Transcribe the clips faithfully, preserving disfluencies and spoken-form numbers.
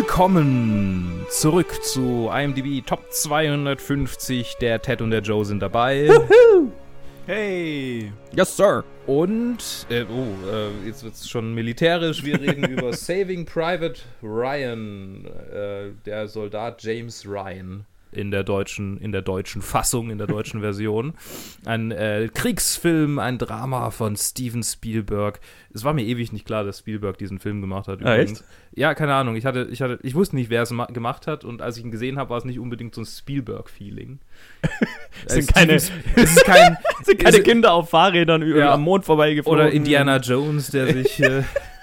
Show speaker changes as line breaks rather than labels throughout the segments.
Willkommen zurück zu I M D B Top zweihundertfünfzig. Der Ted und der Joe sind dabei.
Woohoo!
Hey!
Yes, sir. Und, äh, oh, äh, jetzt wird es schon militärisch. Wir reden über Saving Private Ryan, äh, der Soldat James Ryan. In der deutschen, in der deutschen Fassung, in der deutschen Version. Ein äh, Kriegsfilm, ein Drama von Steven Spielberg. Es war mir ewig nicht klar, dass Spielberg diesen Film gemacht hat.
Ah, echt?
Ja, keine Ahnung. Ich hatte, ich hatte, ich wusste nicht, wer es ma- gemacht hat, und als ich ihn gesehen habe, war es nicht unbedingt so ein Spielberg-Feeling.
Es sind keine,
es ist kein,
es sind keine
es,
Kinder auf Fahrrädern
ja,
am Mond vorbeigeflogen.
Oder Indiana Jones, der sich äh,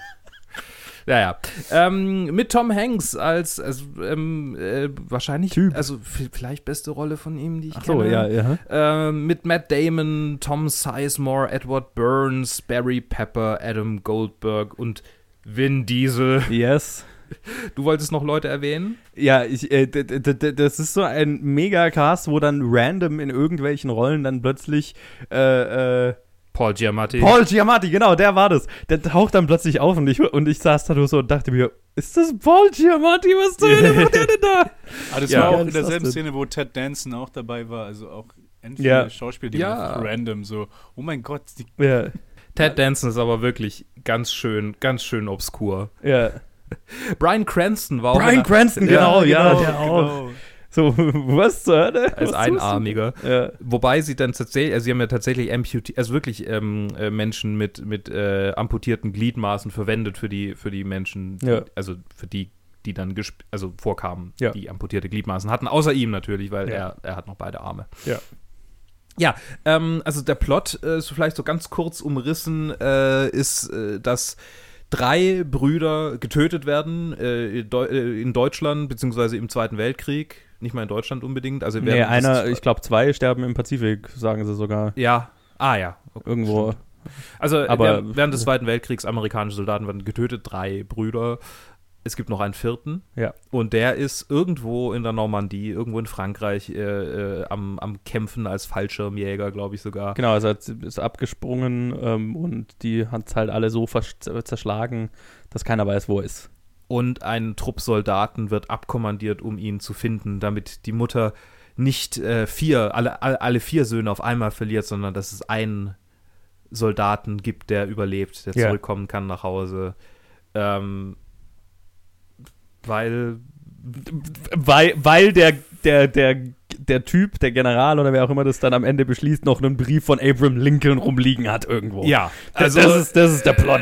Ja, ja. Ähm, mit Tom Hanks als, als ähm, äh, wahrscheinlich,
Typ.
also f- vielleicht beste Rolle von ihm, die ich
Ach so,
kenne.
ja, ja.
Ähm, mit Matt Damon, Tom Sizemore, Edward Burns, Barry Pepper, Adam Goldberg und Vin Diesel.
Yes.
Du wolltest noch Leute erwähnen?
Ja, ich, äh, d- d- d- das ist so ein Mega-Cast, wo dann random in irgendwelchen Rollen dann plötzlich äh, äh,
Paul Giamatti.
Paul Giamatti, genau, der war das. Der taucht dann plötzlich auf und ich, und ich saß da nur so und dachte mir, ist das Paul Giamatti? Was zur Hölle macht der denn da?
Ah, das
Ja.
war auch
Ja,
in
das
derselben
ist
Szene, wo Ted Danson auch dabei war, also auch entweder
Ja.
Schauspieler, die
Ja.
einfach random so, oh mein Gott, die,
Ja,
Ted Danson ist aber wirklich ganz schön, ganz schön obskur.
ja.
Bryan Cranston war auch
Brian
in der-
Cranston, genau, ja,
genau,
der auch.
genau.
So, was zur Hölle?
als
Was
Einarmiger.
tust du? Ja.
Wobei sie dann tatsächlich, also sie haben ja tatsächlich amputi- also wirklich ähm, äh, Menschen mit, mit äh, amputierten Gliedmaßen verwendet für die, für die Menschen,
Ja.
also für die, die dann gesp- also vorkamen,
Ja.
die amputierte Gliedmaßen hatten, außer ihm natürlich, weil
Ja.
er, er hat noch beide Arme.
Ja.
Ja, ähm, also der Plot, äh, so vielleicht so ganz kurz umrissen, äh, ist, äh, dass drei Brüder getötet werden äh, in Deu- äh, in Deutschland, beziehungsweise im Zweiten Weltkrieg. Nicht mal in Deutschland unbedingt. Also
Nee,
während
einer,
des-
ich glaube zwei sterben im Pazifik, sagen sie sogar.
Ja, ah ja. Okay,
Irgendwo.
stimmt. Also
Aber-
während, während des Zweiten Weltkriegs, amerikanische Soldaten werden getötet, drei Brüder. Es gibt noch einen vierten.
Ja.
Und der ist irgendwo in der Normandie, irgendwo in Frankreich, äh, äh, am, am Kämpfen als Fallschirmjäger, glaube ich sogar.
Genau, also er ist abgesprungen ähm, und die hat es halt alle so vers- zerschlagen, dass keiner weiß, wo er ist.
Und ein Trupp Soldaten wird abkommandiert, um ihn zu finden, damit die Mutter nicht äh, vier, alle, alle, alle vier Söhne auf einmal verliert, sondern dass es einen Soldaten gibt, der überlebt, der
Ja.
zurückkommen kann nach Hause. Ähm, weil
Weil, weil der, der, der, der Typ, der General oder wer auch immer das dann am Ende beschließt, noch einen Brief von Abraham Lincoln rumliegen hat irgendwo.
ja,
also das ist, das ist der Plot.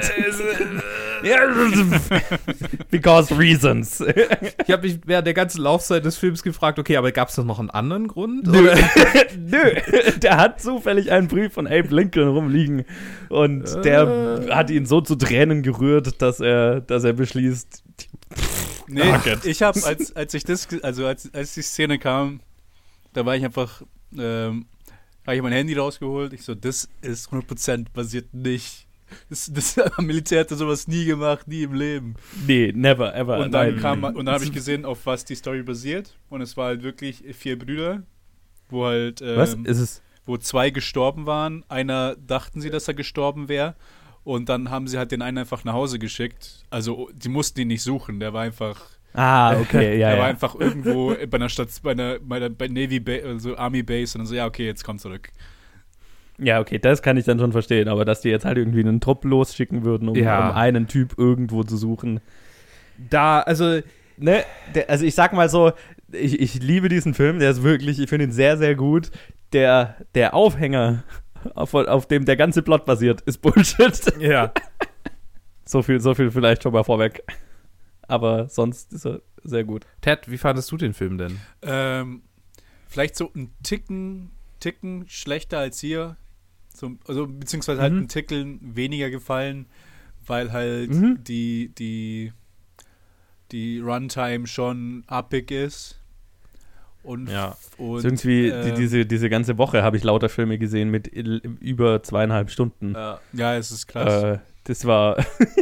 Because reasons.
ich habe mich während der ganzen Laufzeit des Films gefragt, okay, aber gab es da noch einen anderen Grund?
Nö. Nö. Der hat zufällig einen Brief von Abe Lincoln rumliegen und der hat ihn so zu Tränen gerührt, dass er, dass er beschließt.
Nee, ich habe, als, als ich das, ge- also als, als die Szene kam, da war ich einfach, ähm, habe ich mein Handy rausgeholt, ich so, das ist hundert Prozent basiert nicht. Das, das Militär hätte sowas nie gemacht, nie im Leben.
Nee, never, ever.
Und dann
nein.
kam, und dann habe ich gesehen, auf was die Story basiert, und es war halt wirklich vier Brüder, wo halt, ähm,
Was? Ist es?
wo zwei gestorben waren. Einer dachten sie, dass er gestorben wäre. Und dann haben sie halt den einen einfach nach Hause geschickt. Also, die mussten ihn nicht suchen. Der war einfach,
Ah, okay, ja,
der
ja.
war einfach irgendwo bei einer Stadt, bei einer, bei einer bei Navy Base, also Army Base. Und dann so, ja, okay, jetzt komm zurück.
Ja, okay, das kann ich dann schon verstehen, aber dass die jetzt halt irgendwie einen Trupp losschicken würden, um,
Ja.
um einen Typ irgendwo zu suchen.
Da, also
Ne, der, also ich sag mal so, ich, ich liebe diesen Film, der ist wirklich, ich finde ihn sehr, sehr gut. Der, der Aufhänger, auf, auf dem der ganze Plot basiert, ist Bullshit.
ja.
So viel, so viel vielleicht schon mal vorweg. Aber sonst ist er sehr gut.
Ted, wie fandest du den Film denn?
Ähm, vielleicht so ein Ticken, Ticken schlechter als hier. So, also, beziehungsweise halt
Mhm.
ein Ticken weniger gefallen, weil halt
Mhm.
die, die, die Runtime schon epic ist. Und,
Ja.
und
Ist irgendwie,
ähm,
die, diese, diese ganze Woche habe ich lauter Filme gesehen mit il- über zweieinhalb Stunden.
ja, ja, es ist krass.
Äh, das war,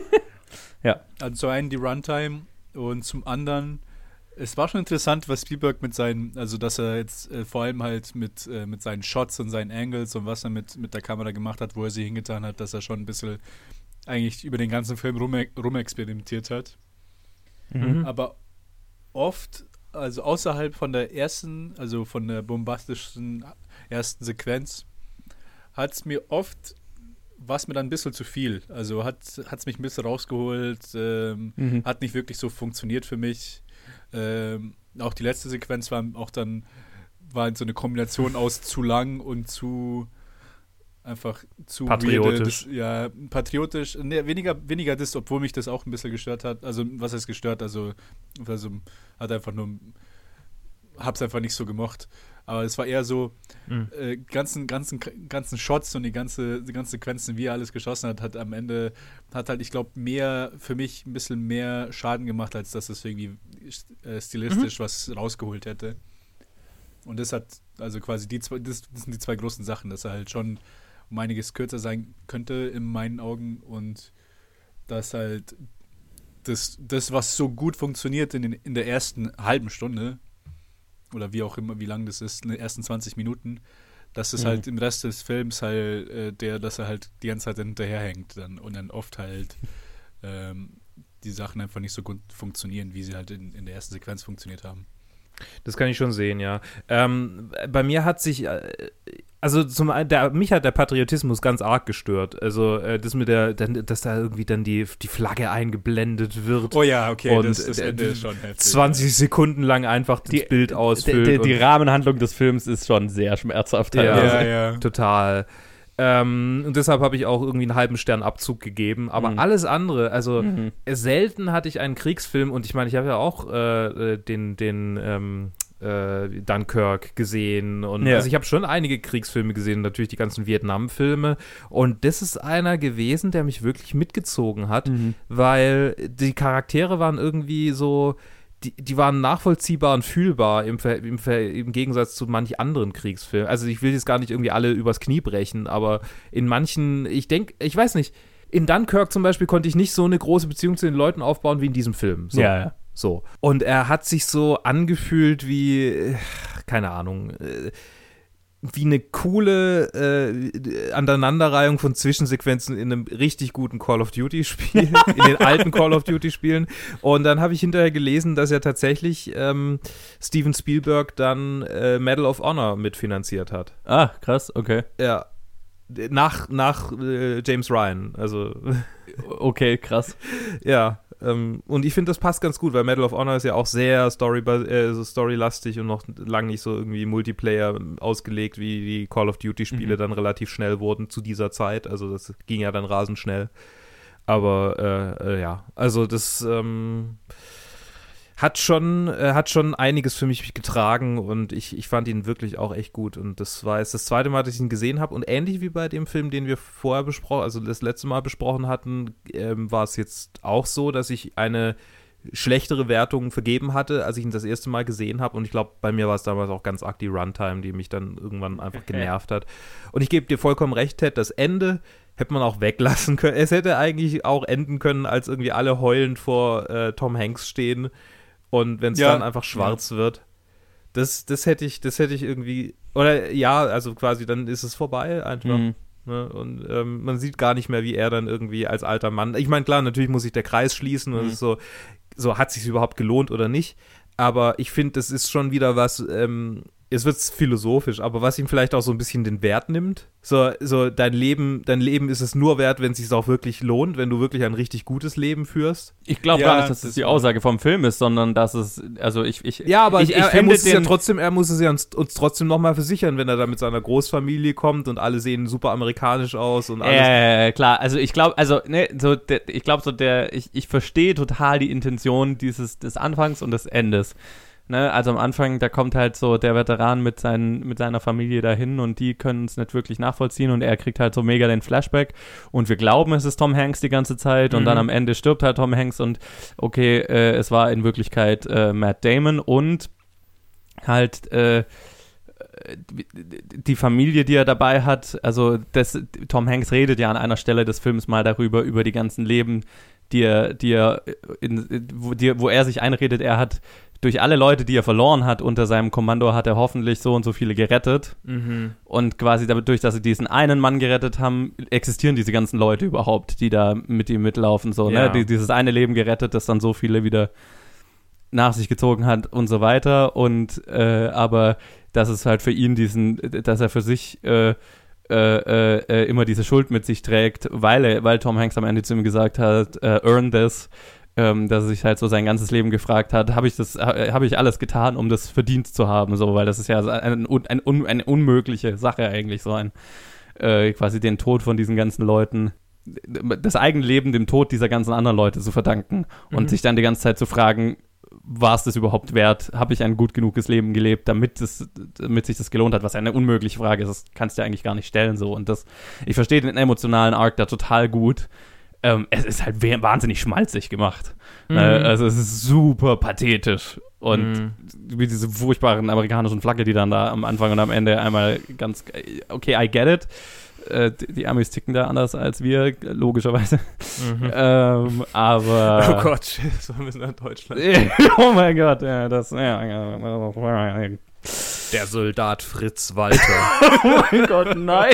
Also zum einen die Runtime und zum anderen, es war schon interessant, was Spielberg mit seinen, also dass er jetzt äh, vor allem halt mit, äh, mit seinen Shots und seinen Angles und was er mit, mit der Kamera gemacht hat, wo er sie hingetan hat, dass er schon ein bisschen eigentlich über den ganzen Film rum, rumexperimentiert hat.
Mhm.
Aber oft, also außerhalb von der ersten, also von der bombastischen ersten Sequenz, hat es mir oft, war es mir dann ein bisschen zu viel. Also hat es mich ein bisschen rausgeholt, ähm, mhm. hat nicht wirklich so funktioniert für mich. Ähm, auch die letzte Sequenz war auch dann, war so eine Kombination aus zu lang und zu einfach zu
patriotisch.
Weirde, ja, patriotisch, ne, weniger, weniger das, obwohl mich das auch ein bisschen gestört hat. Also, was heißt gestört? Also, also hat einfach nur, hab's einfach nicht so gemocht. Aber es war eher so, mhm. äh, ganzen, ganzen, ganzen Shots und die ganze, die ganzen Sequenzen, wie er alles geschossen hat, hat am Ende, hat halt, ich glaube, mehr, für mich ein bisschen mehr Schaden gemacht, als dass es irgendwie äh, stilistisch mhm. was rausgeholt hätte. Und das hat, also quasi die zwei, das, das sind die zwei großen Sachen, dass er halt schon um einiges kürzer sein könnte in meinen Augen und dass halt das, das was so gut funktioniert in, den, in der ersten halben Stunde oder wie auch immer, wie lang das ist, in den ersten zwanzig Minuten, dass es mhm. halt im Rest des Films halt, äh, der, dass er halt die ganze Zeit hinterherhängt dann und dann oft halt ähm, die Sachen einfach nicht so gut funktionieren, wie sie halt in, in der ersten Sequenz funktioniert haben.
Das kann ich schon sehen, ja. Ähm, bei mir hat sich, äh, also zum einen, der, mich hat der Patriotismus ganz arg gestört. Also äh, das mit der, dass da irgendwie dann die, die Flagge eingeblendet wird.
Oh ja, okay,
und
das, das Ende ist schon heftig.
zwanzig ja. Sekunden lang einfach das die, Bild ausfüllt.
Die, die, die Rahmenhandlung des Films ist schon sehr schmerzhaft.
Ja, ja, ja. Total. Ähm, und deshalb habe ich auch irgendwie einen halben Stern Abzug gegeben. Aber mhm. alles andere, also mhm. selten hatte ich einen Kriegsfilm und ich meine, ich habe ja auch äh, den, den ähm, äh, Dunkirk gesehen und ja. also ich habe schon einige Kriegsfilme gesehen, natürlich die ganzen Vietnam-Filme und das ist einer gewesen, der mich wirklich mitgezogen hat, mhm. weil die Charaktere waren irgendwie so Die, die waren nachvollziehbar und fühlbar im, im, im Gegensatz zu manch anderen Kriegsfilmen. Also ich will jetzt gar nicht irgendwie alle übers Knie brechen, aber in manchen, ich denke, ich weiß nicht, in Dunkirk zum Beispiel konnte ich nicht so eine große Beziehung zu den Leuten aufbauen wie in diesem Film. So.
Ja, ja.
So. Und er hat sich so angefühlt wie, keine Ahnung, wie eine coole äh, Aneinanderreihung von Zwischensequenzen in einem richtig guten Call of Duty-Spiel, in den alten Call of Duty-Spielen. Und dann habe ich hinterher gelesen, dass er tatsächlich ähm, Steven Spielberg dann äh, Medal of Honor mitfinanziert hat.
Ah, krass, okay.
Ja, nach, nach äh, James Ryan, also
okay, krass.
Ja, ähm, und ich finde, das passt ganz gut, weil Medal of Honor ist ja auch sehr story, äh, so storylastig und noch lang nicht so irgendwie Multiplayer ausgelegt, wie die Call of Duty-Spiele mhm. dann relativ schnell wurden zu dieser Zeit. Also das ging ja dann rasend schnell. Aber äh, äh, ja, also das ähm, hat schon, äh, hat schon einiges für mich getragen und ich, ich fand ihn wirklich auch echt gut. Und das war jetzt das zweite Mal, dass ich ihn gesehen habe. Und ähnlich wie bei dem Film, den wir vorher besprochen, also das letzte Mal besprochen hatten, ähm, war es jetzt auch so, dass ich eine schlechtere Wertung vergeben hatte, als ich ihn das erste Mal gesehen habe. Und ich glaube, bei mir war es damals auch ganz arg die Runtime, die mich dann irgendwann einfach genervt hat. Und ich gebe dir vollkommen recht, Ted, das Ende hätte man auch weglassen können. Es hätte eigentlich auch enden können, als irgendwie alle heulend vor äh, Tom Hanks stehen. Und wenn es ja, dann einfach schwarz ja. wird, das, das hätte ich, das hätte ich irgendwie, oder ja, also quasi dann ist es vorbei einfach. Mhm. Ne? Und ähm, man sieht gar nicht mehr, wie er dann irgendwie als alter Mann, ich meine, klar, natürlich muss sich der Kreis schließen und
mhm.
es ist so, so hat es sich überhaupt gelohnt oder nicht. Aber ich finde, das ist schon wieder was, ähm, es wird philosophisch, aber was ihm vielleicht auch so ein bisschen den Wert nimmt. So, so dein Leben, dein Leben ist es nur wert, wenn es sich auch wirklich lohnt, wenn du wirklich ein richtig gutes Leben führst.
Ich glaube ja, gar nicht, dass das, das die Aussage vom Film ist, sondern dass es, also ich, ich
ja, aber
ich, ich
er,
finde
er muss
den,
es ja trotzdem, er muss es ja uns, uns trotzdem nochmal versichern, wenn er da mit seiner Großfamilie kommt und alle sehen super amerikanisch aus und alles.
Äh, klar, also ich glaube, also ne, so, der, ich glaube so der, ich, ich verstehe total die Intention dieses des Anfangs und des Endes. Ne, also am Anfang, da kommt halt so der Veteran mit, seinen, mit seiner Familie dahin und die können es nicht wirklich nachvollziehen und er kriegt halt so mega den Flashback und wir glauben, es ist Tom Hanks die ganze Zeit und mhm. dann am Ende stirbt halt Tom Hanks und okay, äh, es war in Wirklichkeit äh, Matt Damon und halt äh, die Familie, die er dabei hat, also das, Tom Hanks redet ja an einer Stelle des Films mal darüber, über die ganzen Leben, die er, die er in, wo, die, wo er sich einredet, er hat durch alle Leute, die er verloren hat unter seinem Kommando, hat er hoffentlich so und so viele gerettet.
Mhm.
Und quasi dadurch, dass sie diesen einen Mann gerettet haben, existieren diese ganzen Leute überhaupt, die da mit ihm mitlaufen. So,
ja.
ne? Die, dieses eine Leben gerettet, das dann so viele wieder nach sich gezogen hat und so weiter und äh, aber dass es halt für ihn diesen, dass er für sich äh, äh, äh, immer diese Schuld mit sich trägt, weil er, weil Tom Hanks am Ende zu ihm gesagt hat, äh, earn this, ähm, dass er sich halt so sein ganzes Leben gefragt hat, habe ich das, habe ich alles getan, um das verdient zu haben, so, weil das ist ja ein, ein, ein, eine unmögliche Sache eigentlich, so ein äh, quasi den Tod von diesen ganzen Leuten, das eigene Leben dem Tod dieser ganzen anderen Leute zu verdanken und mhm. sich dann die ganze Zeit zu fragen, war es das überhaupt wert? Habe ich ein gut genuges Leben gelebt, damit, es, damit sich das gelohnt hat? Was ja eine unmögliche Frage ist, das kannst du ja eigentlich gar nicht stellen. So. Und das, ich verstehe den emotionalen Arc da total gut. Ähm, es ist halt wahnsinnig schmalzig gemacht. Mhm. Äh, also es ist super pathetisch. Und mhm. wie diese furchtbaren amerikanischen Flagge, die dann da am Anfang und am Ende einmal ganz, okay, I get it. Die, die Amis ticken da anders als wir, logischerweise. Mhm. Ähm, aber.
Oh Gott, so müssen wir nach Deutschland.
Oh mein Gott, ja, das. Ja, ja.
Der Soldat Fritz Walter.
Oh mein Gott, nein!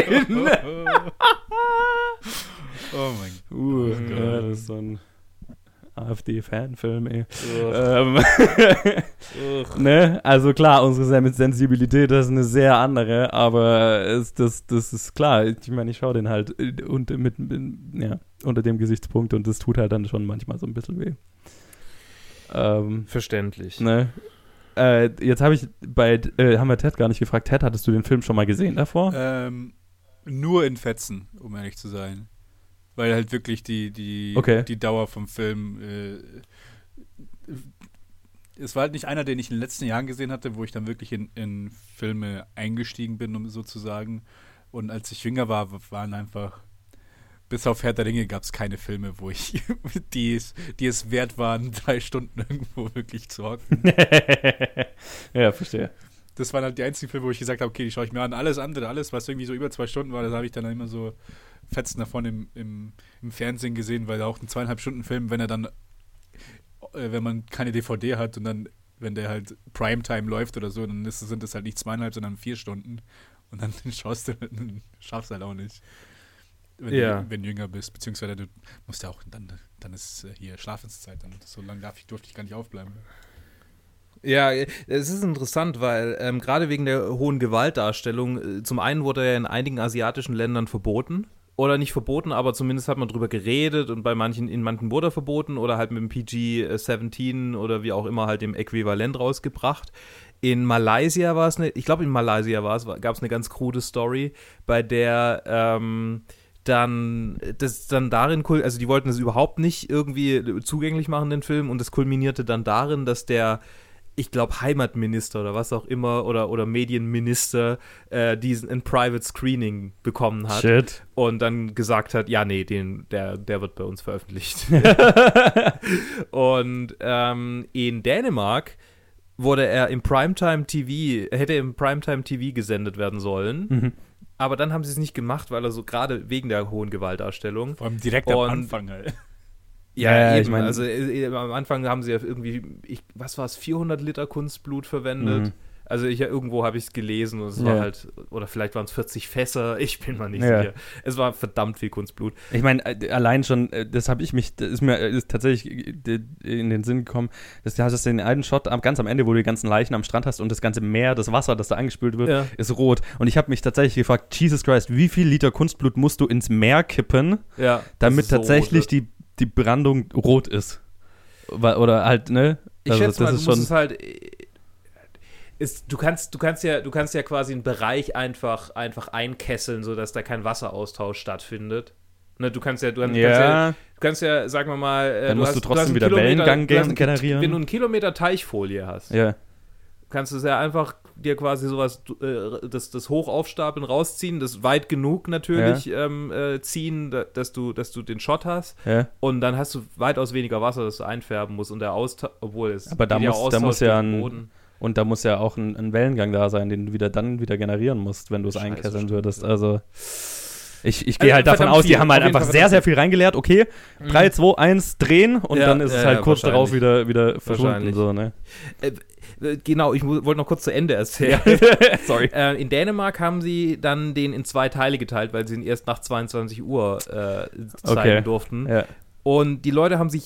Oh mein
uh,
Gott.
Ja, das ist so ein AfD-Fanfilm, ey. Ähm, ne? Also klar, unsere Sensibilität ist eine sehr andere, aber es, das, das ist klar. Ich meine, ich schaue den halt und mit, mit, ja, unter dem Gesichtspunkt und das tut halt dann schon manchmal so ein bisschen weh. Ähm,
Verständlich.
Ne? Äh, jetzt habe ich bei, äh, haben wir Ted gar nicht gefragt, Ted, hattest du den Film schon mal gesehen davor?
Ähm, nur in Fetzen, um ehrlich zu sein. Weil halt wirklich die, die,
okay.
die Dauer vom Film äh, es war halt nicht einer, den ich in den letzten Jahren gesehen hatte, wo ich dann wirklich in, in Filme eingestiegen bin, um sozusagen. Und als ich jünger war, waren einfach, bis auf Herr der Ringe gab es keine Filme, wo ich, die es, die es wert waren, drei Stunden irgendwo wirklich zu hocken.
Ja, verstehe.
Das waren halt die einzigen Filme, wo ich gesagt habe, okay, die schaue ich mir an. Alles andere, alles, was irgendwie so über zwei Stunden war, das habe ich dann immer so Fetzen davon im, im, im Fernsehen gesehen, weil auch ein zweieinhalb Stunden Film, wenn er dann, äh, wenn man keine D V D hat und dann, wenn der halt Primetime läuft oder so, dann ist, sind das halt nicht zweieinhalb, sondern vier Stunden und dann schaust du, dann schaffst du halt auch nicht, wenn,
ja.
du, wenn du jünger bist, beziehungsweise du musst ja auch, dann, dann ist hier Schlafenszeit, dann so lange darf ich, durfte ich gar nicht aufbleiben.
Ja, es ist interessant, weil ähm, gerade wegen der hohen Gewaltdarstellung, äh, zum einen wurde er in einigen asiatischen Ländern verboten, oder nicht verboten, aber zumindest hat man drüber geredet und bei manchen, in manchen wurde er verboten oder halt mit dem P G siebzehn oder wie auch immer halt dem Äquivalent rausgebracht. In Malaysia war es eine, ich glaube in Malaysia war es, gab es eine ganz krude Story, bei der ähm, dann das dann darin, also die wollten es überhaupt nicht irgendwie zugänglich machen, den Film, und das kulminierte dann darin, dass der, ich glaube, Heimatminister oder was auch immer oder, oder Medienminister äh, diesen ein Private Screening bekommen hat.
Shit.
Und dann gesagt hat, ja, nee, den, der, der wird bei uns veröffentlicht. Und ähm, in Dänemark wurde er im Primetime-T V, hätte er im Primetime-T V gesendet werden sollen.
Mhm.
Aber dann haben sie es nicht gemacht, weil er so gerade wegen der hohen Gewaltdarstellung.
Vor allem direkt am Anfang halt.
Ja,
ja,
eben.
Ich mein,
also äh, am Anfang haben sie ja irgendwie, ich, was war es, vierhundert Liter Kunstblut verwendet.
Mhm.
Also ich, ja, irgendwo habe ich es gelesen und es
ja.
war halt, oder vielleicht waren es vierzig Fässer, ich bin mal nicht
ja.
sicher. Es war verdammt viel Kunstblut.
Ich meine, allein schon, das habe ich mich, das ist mir ist tatsächlich in den Sinn gekommen, dass du hast den einen Shot ganz am Ende, wo du die ganzen Leichen am Strand hast und das ganze Meer, das Wasser, das da angespült wird,
ja.
ist rot. Und ich habe mich tatsächlich gefragt, Jesus Christ, wie viel Liter Kunstblut musst du ins Meer kippen,
ja,
damit tatsächlich so die, die Brandung rot ist? Oder halt, ne?
Ich
also,
schätze
das
mal,
ist
du
schon
musst es halt... Ist, du kannst, du kannst ja, du kannst ja quasi einen Bereich einfach, einfach einkesseln, sodass da kein Wasseraustausch stattfindet. Ne, du kannst ja, du,
ja.
kannst ja, du kannst ja, sagen wir mal, äh,
dann
du
musst
hast,
du trotzdem
du
wieder Wellengang
du hast,
generieren.
Wenn du einen Kilometer Teichfolie hast,
ja.
kannst du es ja einfach dir quasi sowas, äh, das, das hoch aufstapeln, rausziehen, das weit genug natürlich
ja.
ähm, äh, ziehen, da, dass du, dass du den Shot hast.
Ja.
Und dann hast du weitaus weniger Wasser, das du einfärben musst und der Austausch, obwohl es
aber da muss, da muss ja ein Und da muss ja auch ein, ein Wellengang da sein, den du wieder dann wieder generieren musst, wenn du es einkesseln würdest. Also ich, ich gehe
also
halt davon aus,
viel,
die haben halt einfach sehr, sehr viel reingeleert. Okay,
mhm.
drei, zwei, eins, drehen und
ja,
dann ist
ja,
es halt
ja,
kurz darauf wieder, wieder verschwunden. So, ne?
Äh, Genau, ich wollte noch kurz zu Ende erzählen.
Sorry.
Äh, in Dänemark haben sie dann den in zwei Teile geteilt, weil sie ihn erst nach zweiundzwanzig Uhr äh, zeigen
okay.
durften.
Ja.
Und die Leute haben sich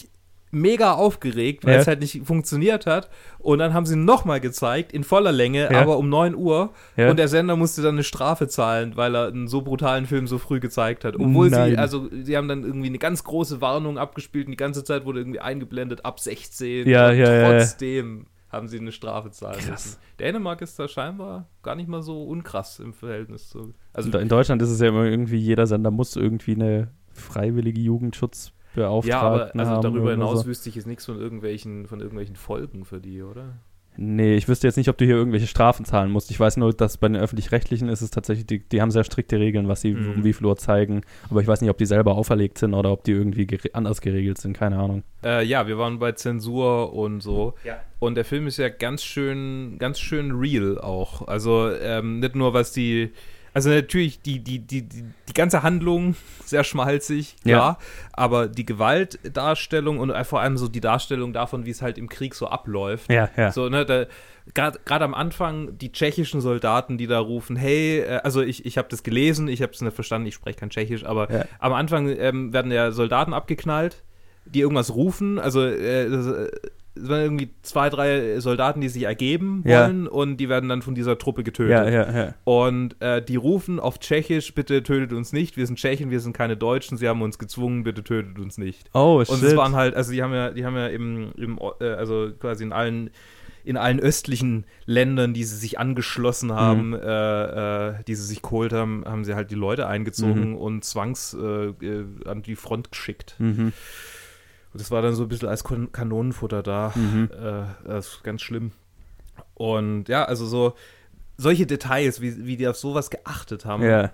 mega aufgeregt, weil
Ja.
es halt nicht funktioniert hat. Und dann haben sie nochmal gezeigt, in voller Länge,
Ja.
aber um neun Uhr.
Ja.
Und der Sender musste dann eine Strafe zahlen, weil er einen so brutalen Film so früh gezeigt hat. Obwohl
Nein.
sie, also sie haben dann irgendwie eine ganz große Warnung abgespielt und die ganze Zeit wurde irgendwie eingeblendet, ab sechzehn.
Ja,
und
ja, ja, ja.
trotzdem haben sie eine Strafe zahlen
Krass.
müssen. Dänemark ist da scheinbar gar nicht mal so unkrass im Verhältnis zu. Also
In Deutschland ist es ja immer irgendwie, jeder Sender muss irgendwie eine freiwillige Jugendschutzbeauftragten
ja, aber also
haben
darüber
oder
hinaus
so.
wüsste ich jetzt nichts von irgendwelchen, von irgendwelchen Folgen für die, oder?
Nee, ich wüsste jetzt nicht, ob du hier irgendwelche Strafen zahlen musst. Ich weiß nur, dass bei den Öffentlich-Rechtlichen ist es tatsächlich, die, die haben sehr strikte Regeln, was sie
Mhm.
um wie viel Uhr zeigen. Aber ich weiß nicht, ob die selber auferlegt sind oder ob die irgendwie gere- anders geregelt sind, keine Ahnung.
Äh, ja, wir waren bei Zensur und so.
Ja.
Und der Film ist ja ganz schön, ganz schön real auch. Also ähm, nicht nur was die, also natürlich die, die, die, die, die ganze Handlung sehr schmalzig, klar, aber die Gewaltdarstellung und vor allem so die Darstellung davon, wie es halt im Krieg so abläuft.
Ja, ja.
So, ne, da, gerade am Anfang die tschechischen Soldaten, die da rufen, hey, äh, also ich, ich habe das gelesen, ich habe es nicht verstanden, ich spreche kein Tschechisch, aber
Ja.
am Anfang ähm, werden ja Soldaten abgeknallt, die irgendwas rufen, also äh, das, äh, es waren irgendwie zwei, drei Soldaten, die sich ergeben
Ja.
wollen und die werden dann von dieser Truppe getötet.
Ja, ja, ja.
Und äh, die rufen auf Tschechisch, bitte tötet uns nicht, wir sind Tschechen, wir sind keine Deutschen, sie haben uns gezwungen, bitte tötet uns nicht.
Oh, shit.
Und es waren halt, also die haben ja, die haben ja im, im äh, also quasi in allen, in allen östlichen Ländern, die sie sich angeschlossen haben,
Mhm.
äh, äh, die sie sich geholt haben, haben sie halt die Leute eingezogen
Mhm.
und zwangs äh, äh, an die Front geschickt.
Mhm.
Und das war dann so ein bisschen als Kon- Kanonenfutter da.
Mhm.
Äh, das ist ganz schlimm. Und ja, also so solche Details, wie, wie die auf sowas geachtet haben,
Ja.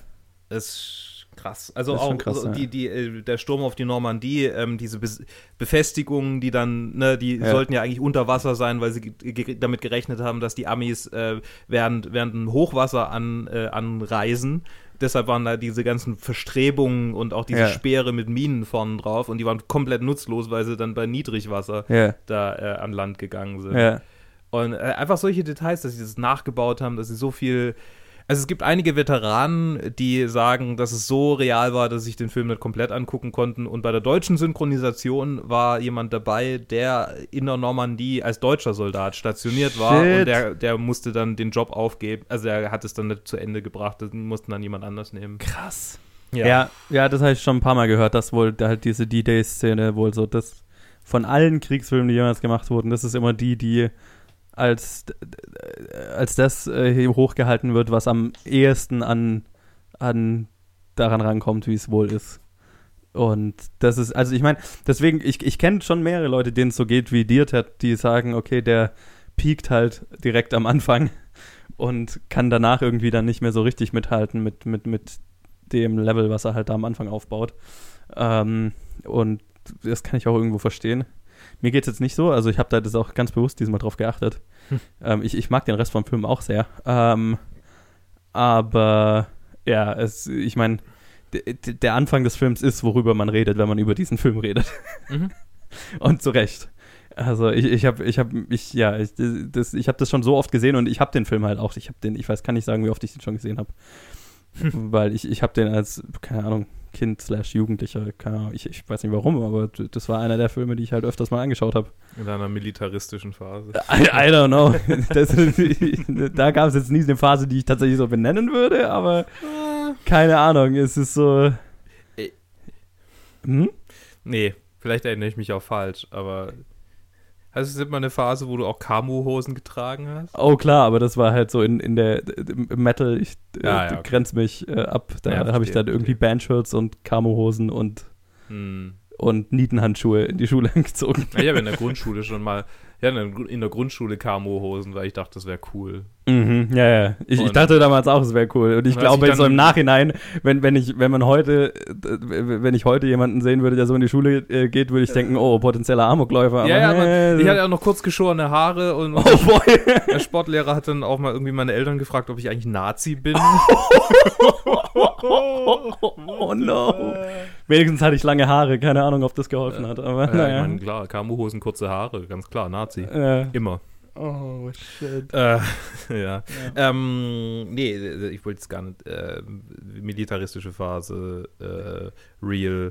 ist krass. Also
Das ist
auch
schon krass,
so
ja.
die, die, äh, der Sturm auf die Normandie, ähm, diese Bes- Befestigungen, die dann, ne, die
Ja.
sollten ja eigentlich unter Wasser sein, weil sie ge ge damit gerechnet haben, dass die Amis äh, während, während einem Hochwasser an, äh, anreisen. Deshalb waren da diese ganzen Verstrebungen und auch diese
Ja.
Speere mit Minen vorne drauf und die waren komplett nutzlos, weil sie dann bei Niedrigwasser
Ja.
da äh, an Land gegangen sind.
Ja.
Und äh, einfach solche Details, dass sie das nachgebaut haben, dass sie so viel. Also es gibt einige Veteranen, die sagen, dass es so real war, dass sie sich den Film nicht komplett angucken konnten. Und bei der deutschen Synchronisation war jemand dabei, der in der Normandie als deutscher Soldat stationiert war.
Shit.
Und der, der musste dann den Job aufgeben. Also er hat es dann nicht zu Ende gebracht. Den mussten dann jemand anders nehmen.
Krass. Ja. ja, das habe ich schon ein paar Mal gehört, dass wohl da halt diese D-Day-Szene wohl so, das von allen Kriegsfilmen, die jemals gemacht wurden, das ist immer die, die als, als das äh, hier hochgehalten wird, was am ehesten an, an daran rankommt, wie es wohl ist. Und das ist, also ich meine, deswegen, ich, ich kenne schon mehrere Leute, denen es so geht wie dir, Ted, die sagen, okay, der piekt halt direkt am Anfang und kann danach irgendwie dann nicht mehr so richtig mithalten mit, mit, mit dem Level, was er halt da am Anfang aufbaut. Ähm, und das kann ich auch irgendwo verstehen. Mir geht es jetzt nicht so, also ich habe da das auch ganz bewusst diesmal drauf geachtet.
Hm.
Ähm, ich, ich mag den Rest vom Film auch sehr. Ähm, aber ja, es, ich meine, d- d- der Anfang des Films ist, worüber man redet, wenn man über diesen Film redet.
Mhm.
Und zu Recht. Also ich, ich habe, ich habe, ich, ja, ich, das, ich habe das schon so oft gesehen und ich habe den Film halt auch, ich habe den, ich weiß, kann nicht sagen, wie oft ich den schon gesehen habe. Weil ich, ich habe den als, keine Ahnung, Kind slash Jugendlicher, keine Ahnung, ich, ich weiß nicht warum, aber das war einer der Filme, die ich halt öfters mal angeschaut habe.
In einer militaristischen Phase.
I, I don't know. Das, da gab es jetzt nie eine Phase, die ich tatsächlich so benennen würde, aber keine Ahnung, es ist so. Hm?
Nee, vielleicht erinnere ich mich auch falsch, aber hast du jetzt mal eine Phase, wo du auch Camo-Hosen getragen hast?
Oh klar, aber das war halt so in, in der im Metal, ich äh,
Ah, ja, okay.
grenze mich äh, ab. Da
Ja,
habe ich
verstehe,
dann irgendwie
verstehe.
Bandshirts und Camo-Hosen und,
Hm.
und Nietenhandschuhe in die Schule angezogen.
Ja, ich habe in der Grundschule schon mal, ja, in der Grundschule Camo-Hosen, weil ich dachte, das wäre cool.
Mhm, ja, ja. Ich, ich
Und-
dachte damals auch, es wäre cool. Und ich
Und als
glaube,
ich
jetzt so
dann-
im Nachhinein, wenn, wenn ich, wenn man heute, äh, wenn ich heute jemanden sehen würde, der so in die Schule äh, geht, würde ich denken, oh, potenzieller Amokläufer.
Ja, ja,
aber,
man,
äh,
ich hatte auch noch kurz geschorene Haare und
oh boy.
der Sportlehrer hat dann auch mal irgendwie meine Eltern gefragt, ob ich eigentlich Nazi bin.
Oh no. Wenigstens hatte ich lange Haare, keine Ahnung, ob das geholfen hat. Aber
Ja, ich
naja.
meine, klar, Camo-Hosen, kurze Haare, ganz klar, Nazi.
Äh,
Immer.
oh shit.
Äh, ja. Ähm, nee, ich wollte es gar nicht. Äh, militaristische Phase, äh, real.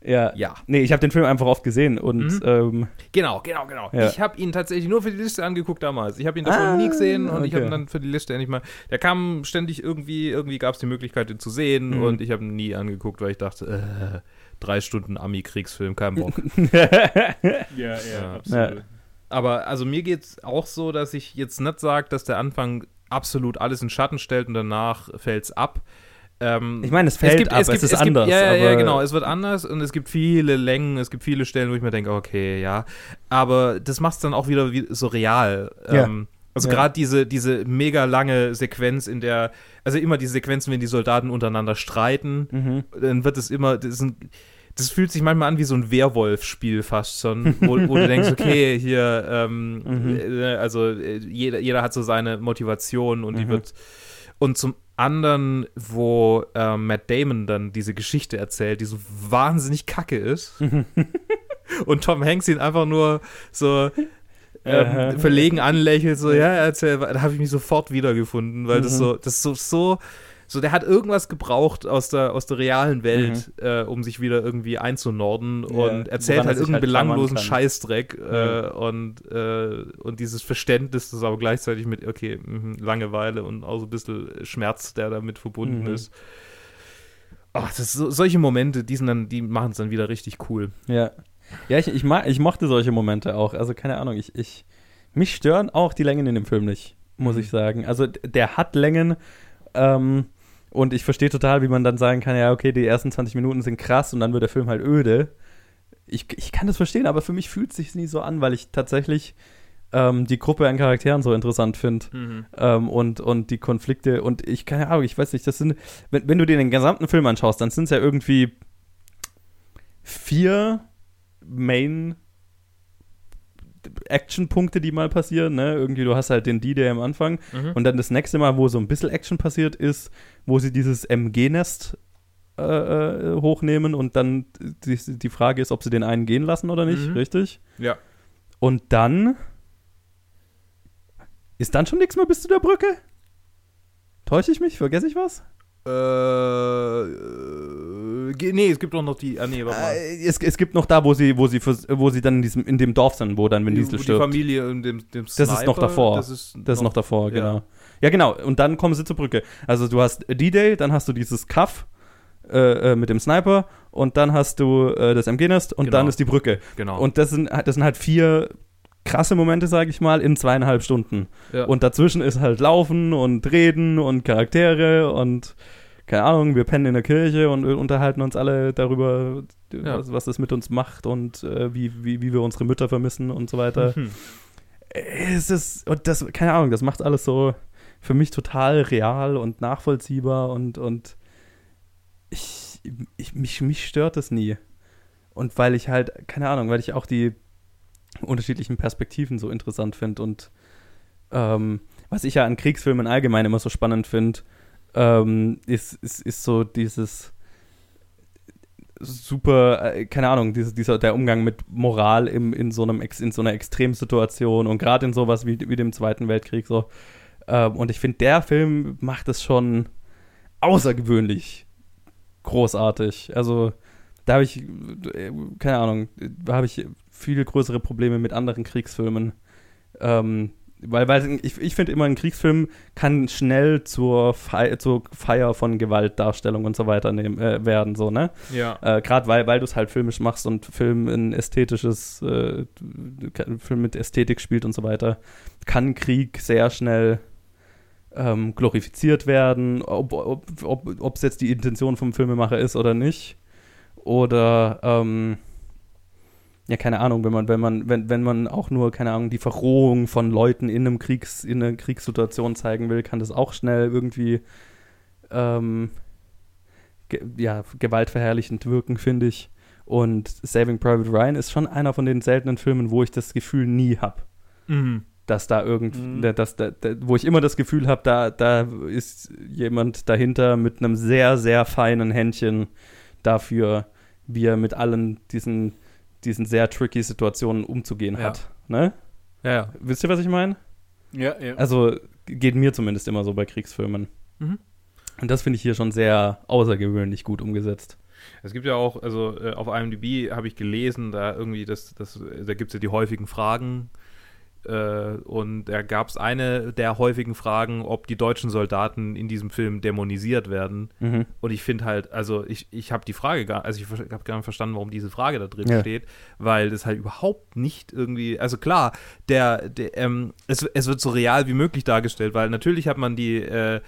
Ja.
Ja.
Nee, ich habe den Film einfach oft gesehen und
Mhm.
ähm,
Genau, genau, genau.
Ja.
Ich habe ihn tatsächlich nur für die Liste angeguckt damals. Ich habe ihn davon
Ah,
nie gesehen und ich habe
okay.
ihn dann für die Liste endlich mal. Der kam ständig irgendwie, irgendwie gab es die Möglichkeit, ihn zu sehen
Mhm.
und ich habe ihn nie angeguckt, weil ich dachte, äh, drei Stunden Ami-Kriegsfilm, kein Bock.
Ja,
Ja.
absolut.
Aber also mir geht's auch so, dass ich jetzt nicht sage, dass der Anfang absolut alles in Schatten stellt und danach fällt's ab. Ähm,
ich meine, es fällt ab, es, ist
gibt,
anders.
Ja, ja,
aber
ja, genau, es wird anders und es gibt viele Längen, es gibt viele Stellen, wo ich mir denke, okay, ja, aber das macht's dann auch wieder wie, so real.
Ja.
Ähm, also
Ja.
gerade diese, diese mega lange Sequenz, in der, also immer diese Sequenzen, wenn die Soldaten untereinander streiten,
Mhm.
dann wird es immer, das, ist ein, das fühlt sich manchmal an wie so ein Werwolf-Spiel fast schon, wo, wo du denkst, okay, hier, ähm,
Mhm.
äh, also äh, jeder, jeder hat so seine Motivation und die
Mhm.
wird, und zum anderen, wo äh, Matt Damon dann diese Geschichte erzählt, die so wahnsinnig kacke ist und Tom Hanks ihn einfach nur so ähm,
Aha.
verlegen anlächelt, so, ja, erzähl, da habe ich mich sofort wiedergefunden, weil das
Mhm.
so, das ist so, so, so, der hat irgendwas gebraucht aus der, aus der realen Welt, äh, um sich wieder irgendwie einzunorden
Ja,
und erzählt
woran er
halt
sich
irgendeinen
halt
belanglosen
klammern kann.
Scheißdreck äh,
Ja.
und, äh, und dieses Verständnis, das aber gleichzeitig mit, okay, mh, Langeweile und auch so ein bisschen Schmerz, der damit verbunden
Mhm.
ist. Ach, das ist so, solche Momente, die sind dann, die machen es dann wieder richtig cool.
Ja. Ja, ich, ich, mag, ich mochte solche Momente auch. Also, keine Ahnung, ich, ich, mich stören auch die Längen in dem Film nicht, muss
Mhm.
ich sagen. Also, d- der hat Längen, ähm, und ich verstehe total, wie man dann sagen kann, ja, okay, die ersten zwanzig Minuten sind krass und dann wird der Film halt öde. Ich, ich kann das verstehen, aber für mich fühlt es sich nie so an, weil ich tatsächlich ähm, die Gruppe an Charakteren so interessant finde. Ähm, und, und die Konflikte und ich, keine Ahnung, ich weiß nicht, das sind, wenn, wenn du dir den gesamten Film anschaust, dann sind es ja irgendwie vier Main Action-Punkte, die mal passieren, ne? Irgendwie, du hast halt den D-Day am Anfang
Mhm.
und dann das nächste Mal, wo so ein bisschen Action passiert ist, wo sie dieses M G-Nest äh, äh, hochnehmen und dann die, die Frage ist, ob sie den einen gehen lassen oder nicht,
Mhm.
richtig?
Ja.
Und dann ist dann schon nichts mehr bis zu der Brücke? Täusche ich mich? Vergesse ich was?
Äh, äh, ge- nee, es gibt auch noch die, ah nee, warte mal.
Äh, es, es gibt noch da, wo sie, wo sie, vers- wo sie dann in diesem, in dem Dorf sind, wo dann Vin Diesel
Wo die
stirbt.
Familie und dem, dem
Das ist noch davor.
Das ist,
Das ist noch davor,
ja.
genau. Ja, genau. Und dann kommen sie zur Brücke. Also du hast D-Day, dann hast du dieses Kaff äh, äh, mit dem Sniper und dann hast du äh, das M G-Nest und
Genau.
dann ist die Brücke.
Genau.
Und das sind, das sind halt vier krasse Momente, sage ich mal, in zweieinhalb Stunden.
ja.
Und dazwischen ist halt Laufen und Reden und Charaktere und keine Ahnung, wir pennen in der Kirche und unterhalten uns alle darüber,
Ja.
was, was das mit uns macht und äh, wie, wie, wie wir unsere Mütter vermissen und so weiter.
Mhm.
Es ist, und das, keine Ahnung, das macht alles so für mich total real und nachvollziehbar und, und ich, ich, mich, mich stört das nie. Und weil ich halt, keine Ahnung, weil ich auch die unterschiedlichen Perspektiven so interessant finde und ähm, was ich ja an Kriegsfilmen allgemein immer so spannend finde, ähm, ist, ist, ist so dieses super, äh, keine Ahnung, diese, dieser, der Umgang mit Moral im, in, so einem, Ex- in so einer Extremsituation und gerade in sowas wie, wie dem Zweiten Weltkrieg so. Ähm, und ich finde, der Film macht es schon außergewöhnlich großartig. Also da habe ich, äh, keine Ahnung, da habe ich viel größere Probleme mit anderen Kriegsfilmen. Ähm, weil, weil ich, ich finde immer, ein Kriegsfilm kann schnell zur, Fei- zur Feier von Gewaltdarstellung und so weiter nehmen, äh, werden, so, ne?
Ja.
Äh, Gerade weil, weil du es halt filmisch machst und Film ein ästhetisches, äh, Film mit Ästhetik spielt und so weiter, kann Krieg sehr schnell ähm, glorifiziert werden, ob es ob, ob, ob's jetzt die Intention vom Filmemacher ist oder nicht. Oder, ähm, ja, keine Ahnung, wenn man, wenn man, wenn, wenn man auch nur, keine Ahnung, die Verrohung von Leuten in einem Kriegs, in einer Kriegssituation zeigen will, kann das auch schnell irgendwie ähm, ge- ja, gewaltverherrlichend wirken, finde ich. Und Saving Private Ryan ist schon einer von den seltenen Filmen, wo ich das Gefühl nie habe,
Mhm.
dass da irgend,
Mhm.
da- dass, da, da, wo ich immer das Gefühl habe, da, da ist jemand dahinter mit einem sehr, sehr feinen Händchen dafür, wie er mit allen diesen, diesen sehr tricky Situationen umzugehen
Ja.
hat. Ne?
Ja, ja.
Wisst ihr, was ich meine?
Ja, ja.
Also geht mir zumindest immer so bei Kriegsfilmen.
Mhm.
Und das finde ich hier schon sehr außergewöhnlich gut umgesetzt.
Es gibt ja auch, also äh, auf I M D B habe ich gelesen, da irgendwie, das, das, da gibt es ja die häufigen Fragen äh, und da gab es eine der häufigen Fragen, ob die deutschen Soldaten in diesem Film dämonisiert werden.
Mhm.
Und ich finde halt, also ich, ich habe die Frage gar, also ich habe gar nicht verstanden, warum diese Frage da drin
Ja.
steht, weil das halt überhaupt nicht irgendwie, also klar, der, der ähm, es, es wird so real wie möglich dargestellt, weil natürlich hat man die äh,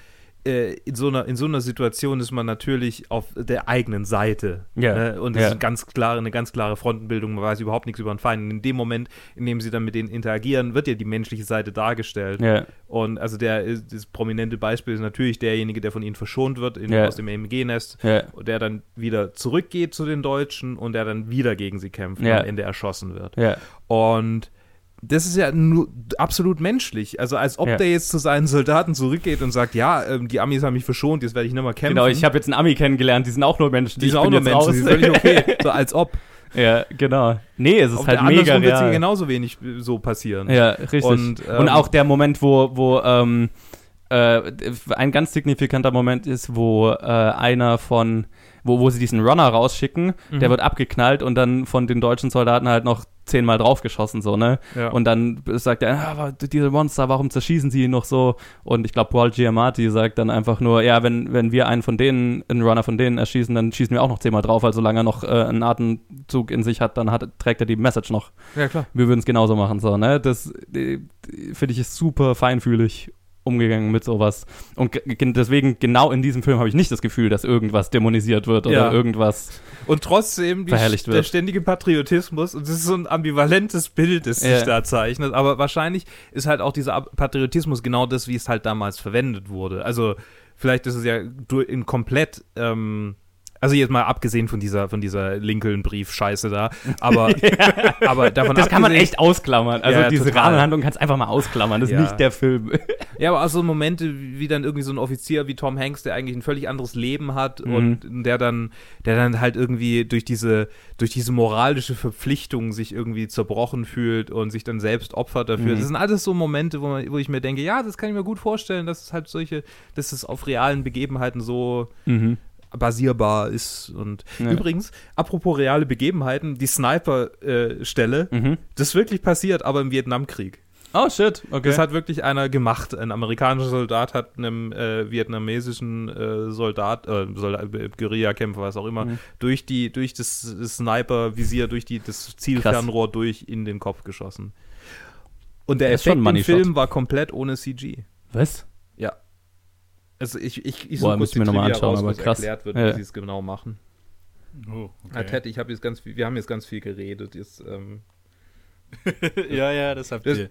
In so, einer, in so einer Situation ist man natürlich auf der eigenen Seite.
Ja.
Ne? Und es
Ja.
ist eine ganz klare, eine ganz klare Frontenbildung, man weiß überhaupt nichts über den Feind. Und in dem Moment, in dem sie dann mit denen interagieren, wird ja die menschliche Seite dargestellt.
Ja.
Und also der, das prominente Beispiel ist natürlich derjenige, der von ihnen verschont wird in,
Ja.
aus dem M G-Nest,
Ja.
und der dann wieder zurückgeht zu den Deutschen und der dann wieder gegen sie kämpft
Ja.
und am Ende erschossen wird.
Ja.
Und das ist ja nur absolut menschlich. Also als ob
Ja.
der jetzt zu seinen Soldaten zurückgeht und sagt, ja, ähm, die Amis haben mich verschont, jetzt werde ich nicht mehr kämpfen.
Genau, ich habe jetzt einen Ami kennengelernt, die sind auch nur Menschen.
die
ich
sind auch
bin
nur
jetzt
Menschen,
raus.
die sind völlig okay. So als ob.
Ja, genau. Nee, es ist
Auf
halt
der
mega
andersrum wird es
real.
genauso wenig äh, so passieren.
Ja, richtig.
Und,
Und,
ähm,
auch der Moment, wo, wo ähm, äh, ein ganz signifikanter Moment ist, wo äh, einer von, wo, wo sie diesen Runner rausschicken,
Mhm.
der wird abgeknallt und dann von den deutschen Soldaten halt noch zehnmal draufgeschossen, so, ne?
Ja.
Und dann sagt er, ah, aber diese Monster, warum zerschießen sie ihn noch so? Und ich glaube, Paul Giamatti sagt dann einfach nur, ja, wenn, wenn wir einen von denen, einen Runner von denen erschießen, dann schießen wir auch noch zehnmal drauf, also solange er noch äh, einen Atemzug in sich hat, dann hat, trägt er die Message noch.
Ja, klar.
Wir würden es genauso machen, so, ne? Das äh, finde ich ist super feinfühlig umgegangen mit sowas. Und g- g- deswegen, genau in diesem Film habe ich nicht das Gefühl, dass irgendwas dämonisiert wird oder
Ja.
irgendwas.
Und trotzdem die,
verherrlicht wird.
der ständige Patriotismus, und das ist so ein ambivalentes Bild, das sich
Ja.
da zeichnet, aber wahrscheinlich ist halt auch dieser Ab- Patriotismus genau das, wie es halt damals verwendet wurde. Also vielleicht ist es ja du- in komplett, ähm, also jetzt mal abgesehen von dieser, von dieser Lincoln-Brief-Scheiße da, aber, aber davon
Das kann man
abgesehen-
echt ausklammern. Also
Ja,
diese
total.
Rahmenhandlung kannst du einfach mal ausklammern. Das ist
Ja.
nicht der Film.
Ja, aber auch so Momente, wie dann irgendwie so ein Offizier wie Tom Hanks, der eigentlich ein völlig anderes Leben hat
Mhm.
und der dann, der dann halt irgendwie durch diese, durch diese moralische Verpflichtung sich irgendwie zerbrochen fühlt und sich dann selbst opfert dafür.
Mhm.
Das sind alles so Momente, wo, man, wo ich mir denke, ja, das kann ich mir gut vorstellen, dass es halt solche, dass es auf realen Begebenheiten so
Mhm.
basierbar ist. Und
Ja.
übrigens, apropos reale Begebenheiten, die Sniper-Stelle,
Mhm.
das ist wirklich passiert, aber im Vietnamkrieg.
Oh, shit. Okay.
Das hat wirklich einer gemacht. Ein amerikanischer Soldat hat einem äh, vietnamesischen äh, Soldat, äh, Soldat äh, Guerillakämpfer, was auch immer,
Mhm.
durch die, durch das Sniper-Visier, durch die, das Zielfernrohr durch in den Kopf geschossen. Und der
Das ist schon
Effekt
ein
im
Money Shot.
Film war komplett ohne C G.
Was?
Ja. Also ich, ich, ich
Boah,
suche
müsste
kurz
ich mir
die
noch mal
Trivia
anschauen,
raus,
aber
wo es
krass.
erklärt wird,
Ja.
wie sie es genau machen.
Oh,
Ah, Ted, ich habe jetzt ganz viel, wir haben jetzt ganz viel geredet. Jetzt, ähm,
ja, ja, das habt
Das-
ihr.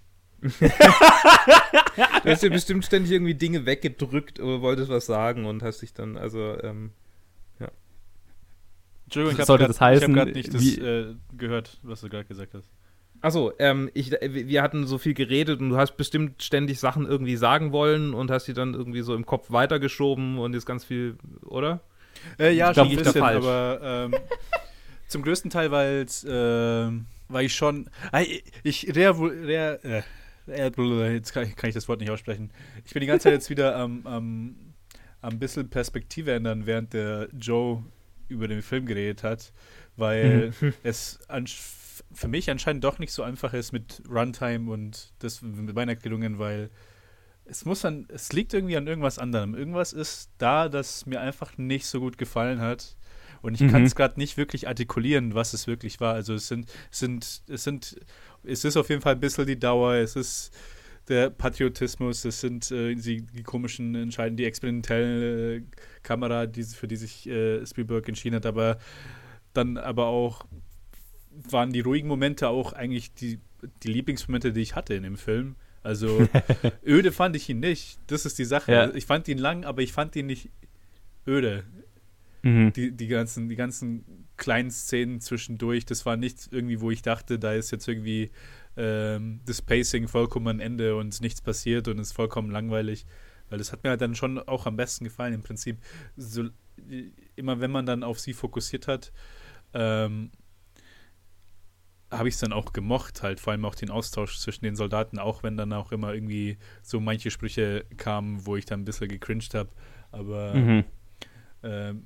du hast ja bestimmt ständig irgendwie Dinge weggedrückt oder wolltest was sagen und hast dich dann, also, ähm,
Entschuldigung, ich habe
Sollte
gerade
das heißen,
hab nicht das
wie-
äh, gehört, was du gerade gesagt hast.
Achso, ähm, ich, wir hatten so viel geredet und du hast bestimmt ständig Sachen irgendwie sagen wollen und hast die dann irgendwie so im Kopf weitergeschoben und jetzt ganz viel, oder?
Äh, ja,
Ich glaub,
schon ein
ich da
bisschen,
falsch.
aber ähm, zum größten Teil, weil's, ähm, weil ich schon, äh, ich, rea, rea, äh, äh, jetzt kann ich, kann ich das Wort nicht aussprechen. Ich bin die ganze Zeit jetzt wieder am, am, am bisschen Perspektive ändern, während der Joe über den Film geredet hat, weil es an, für mich anscheinend doch nicht so einfach ist mit Runtime und das mit meinen Erklärungen, weil es muss an, es liegt irgendwie an irgendwas anderem. Irgendwas ist da, das mir einfach nicht so gut gefallen hat. Und ich
Mhm.
kann es gerade nicht wirklich artikulieren, was es wirklich war. Also es sind, es sind, es sind, es ist auf jeden Fall ein bisschen die Dauer, es ist der Patriotismus, es sind äh, die, die komischen Entscheidungen, die experimentelle äh, Kamera, die, für die sich äh, Spielberg entschieden hat, aber dann aber auch waren die ruhigen Momente auch eigentlich die, die Lieblingsmomente, die ich hatte in dem Film. Also öde fand ich ihn nicht. Das ist die Sache.
Ja.
Ich fand ihn lang, aber ich fand ihn nicht öde.
Mhm.
Die, die, ganzen, die ganzen kleinen Szenen zwischendurch, das war nichts irgendwie, wo ich dachte, da ist jetzt irgendwie ähm, das Pacing vollkommen am Ende und nichts passiert und es ist vollkommen langweilig. Weil das hat mir halt dann schon auch am besten gefallen im Prinzip. So, immer wenn man dann auf sie fokussiert hat, ähm, habe ich es dann auch gemocht, halt vor allem auch den Austausch zwischen den Soldaten, auch wenn dann auch immer irgendwie so manche Sprüche kamen, wo ich dann ein bisschen gecringed habe. Aber
Mhm.
ähm,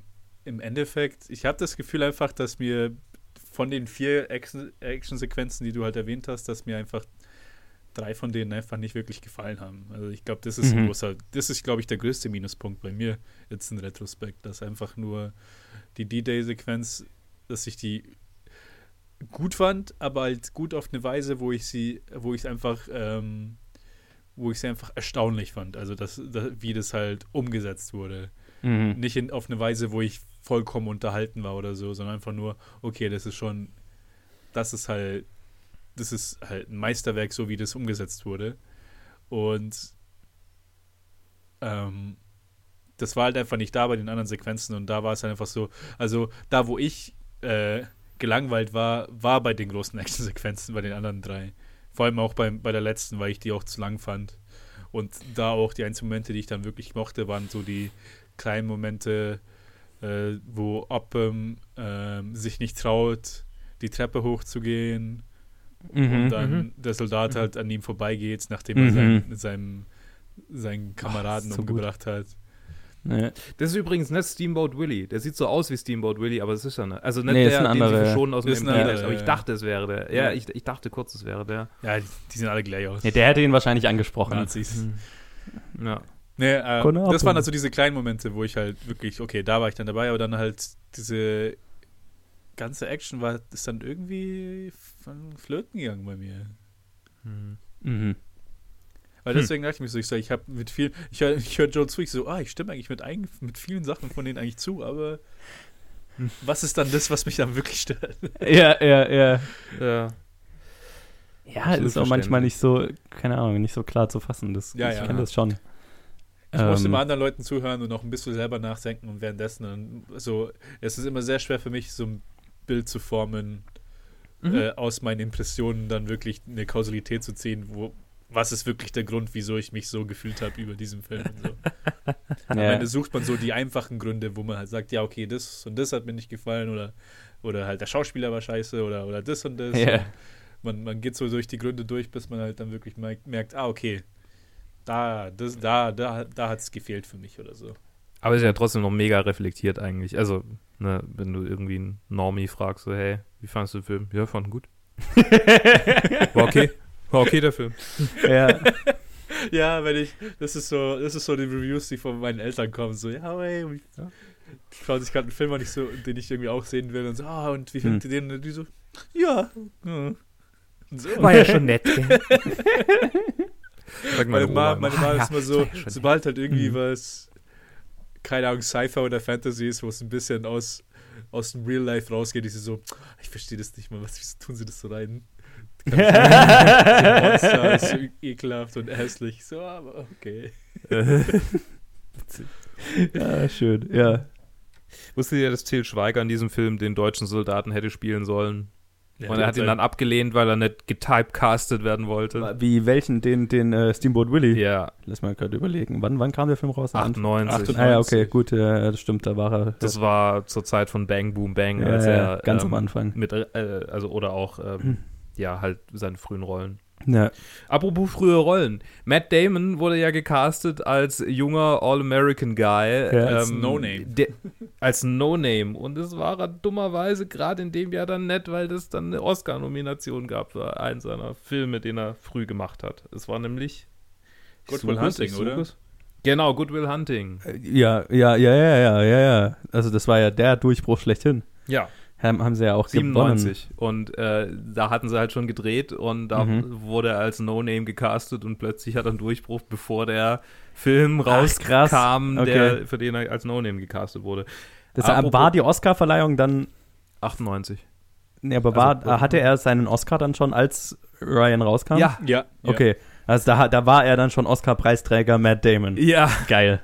im Endeffekt, ich habe das Gefühl einfach, dass mir von den vier Action- Action-Sequenzen, die du halt erwähnt hast, dass mir einfach drei von denen einfach nicht wirklich gefallen haben. Also ich glaube, das ist
Mhm.
ein großer, das ist, glaube ich, der größte Minuspunkt bei mir jetzt in Retrospekt, dass einfach nur die D-Day-Sequenz, dass ich die gut fand, aber halt gut auf eine Weise, wo ich sie, wo ich einfach, ähm, wo ich sie einfach erstaunlich fand. Also das, das, wie das halt umgesetzt wurde.
Mhm.
Nicht in, auf eine Weise, wo ich vollkommen unterhalten war oder so, sondern einfach nur, okay, das ist schon, das ist halt, das ist halt ein Meisterwerk, so wie das umgesetzt wurde. Und ähm, das war halt einfach nicht da bei den anderen Sequenzen und da war es halt einfach so, also da, wo ich äh, gelangweilt war, war bei den großen Action-Sequenzen, bei den anderen drei. Vor allem auch bei, bei der letzten, weil ich die auch zu lang fand. Und da auch die einzigen Momente, die ich dann wirklich mochte, waren so die kleinen Momente, äh, wo Oppem äh, sich nicht traut, die Treppe hochzugehen
Mhm.
und dann
Mhm.
der Soldat halt an ihm vorbeigeht, nachdem
Mhm.
er seinen, seinem, seinen Kameraden
Ach, so
umgebracht hat.
Ja.
Das ist übrigens nicht Steamboat Willie. Der sieht so aus wie Steamboat Willie, aber es ist ja nicht. Also nicht
Nee, ist
der,
ein
den sie
anderer.
verschonen aus dem
Ist ein
M P
anderer,
aber ich
ja.
dachte, es wäre der. Ja,
Ja.
ich, ich dachte kurz, es wäre der.
Ja, die, die sehen alle gleich aus.
Ja, der hätte ihn wahrscheinlich angesprochen.
Nazis.
Ja.
Nee, äh,
Konabo.
das waren also diese kleinen Momente, wo ich halt wirklich, okay, da war ich dann dabei, aber dann halt diese ganze Action war, ist dann irgendwie von flöten gegangen bei mir.
Hm.
Mhm.
Weil
Hm.
deswegen dachte ich mir so, ich sag, ich habe mit viel, ich höre ich hör Joe zu, ich so, ah, ich stimme eigentlich mit, ein, mit vielen Sachen von denen eigentlich zu, aber
Hm.
was ist dann das, was mich dann wirklich stört?
Ja, ja, ja.
Ja.
Ja,
Absolut
ist auch manchmal
verständlich.
nicht so, keine Ahnung, nicht so klar zu fassen. Das,
Ja,
ich
ja.
kenne das schon.
Ich musste
Ähm,
immer anderen Leuten zuhören und noch ein bisschen selber nachdenken und währenddessen dann so, es ist immer sehr schwer für mich, so ein Bild zu formen,
Mhm.
äh, aus meinen Impressionen dann wirklich eine Kausalität zu ziehen, wo, was ist wirklich der Grund, wieso ich mich so gefühlt habe über diesen Film und so. Am
ja.
Ende sucht man so die einfachen Gründe, wo man halt sagt, ja, okay, das und das hat mir nicht gefallen oder, oder halt der Schauspieler war scheiße oder, oder das und das.
Ja.
Und man, man geht so durch die Gründe durch, bis man halt dann wirklich merkt, merkt ah, okay, da, das, da, da, da hat es gefehlt für mich oder so.
Aber ist ja trotzdem noch mega reflektiert eigentlich. Also, ne, wenn du irgendwie einen Normie fragst, so, hey, wie fandest du den Film? Ja, fand ihn gut. War okay. War okay, der Film.
ja.
Ja, wenn ich, das ist so, das ist so die Reviews, die von meinen Eltern kommen, so, ja, ey,
Ja.
die schauen sich gerade einen Film an, ich so, den ich irgendwie auch sehen will und so, ah, und wie
Hm.
findet ihr den? Und die so, ja, ja. Und so.
War ja schon nett, gell? Sag
Meine
Oma
Mama,
immer,
meine
"Ah,
Mama
ja,
ist immer
das
so,
war ja schon
sobald halt irgendwie
Mhm.
was, keine Ahnung, Sci-Fi oder Fantasy ist, wo es ein bisschen aus, aus dem Real Life rausgeht, ist sie so, ich verstehe das nicht mal, was, wieso tun sie das so rein? So ein Monster ist so ekelhaft und hässlich. So, aber okay.
ja, schön, ja.
Wusstet ihr, dass Til Schweiger in diesem Film den deutschen Soldaten hätte spielen sollen?
Ja,
Und er hat ihn dann abgelehnt, weil er nicht getypecastet werden wollte.
Wie welchen? Den, den äh, Steamboat Willie?
Ja,
Lass mal gerade überlegen. Wann, wann kam der Film raus?
achtundneunzig.
achtundneunzig.
Ah ja, okay, gut, ja, das stimmt, da war er.
Das war zur Zeit von Bang Boom Bang,
ja,
als
ja,
er
ganz
ähm,
am Anfang.
mit, äh, also oder auch ähm,
Hm.
ja halt seine frühen Rollen.
Ja.
Apropos frühe Rollen. Matt Damon wurde ja gecastet als junger All-American-Guy.
Ja,
als No-Name.
der- Als No-Name. Und das war er dummerweise gerade in dem Jahr dann nett, weil das dann eine Oscar-Nomination gab für einen seiner Filme, den er früh gemacht hat. Es war nämlich
Good Will
Ich suche es,
Hunting,
ich suche
oder?
es. Genau, Good Will Hunting.
Ja, ja, ja, ja, ja, ja, ja. Also das war ja der Durchbruch schlechthin.
Ja,
Haben, haben sie ja auch
siebenundneunzig. Und äh, da hatten sie halt schon gedreht und da
Mhm.
wurde er als No-Name gecastet und plötzlich hat er einen Durchbruch, bevor der Film
Ach, krass.
rauskam,
Okay.
der, für den er als No-Name gecastet wurde.
Das
Apropos-
war die Oscar-Verleihung dann,
achtundneunzig.
nee, aber war,
Also,
hatte er seinen Oscar dann schon, als Ryan rauskam?
Ja.
Ja.
Okay, also da, da war er dann schon Oscar-Preisträger Matt Damon.
Ja,
Geil.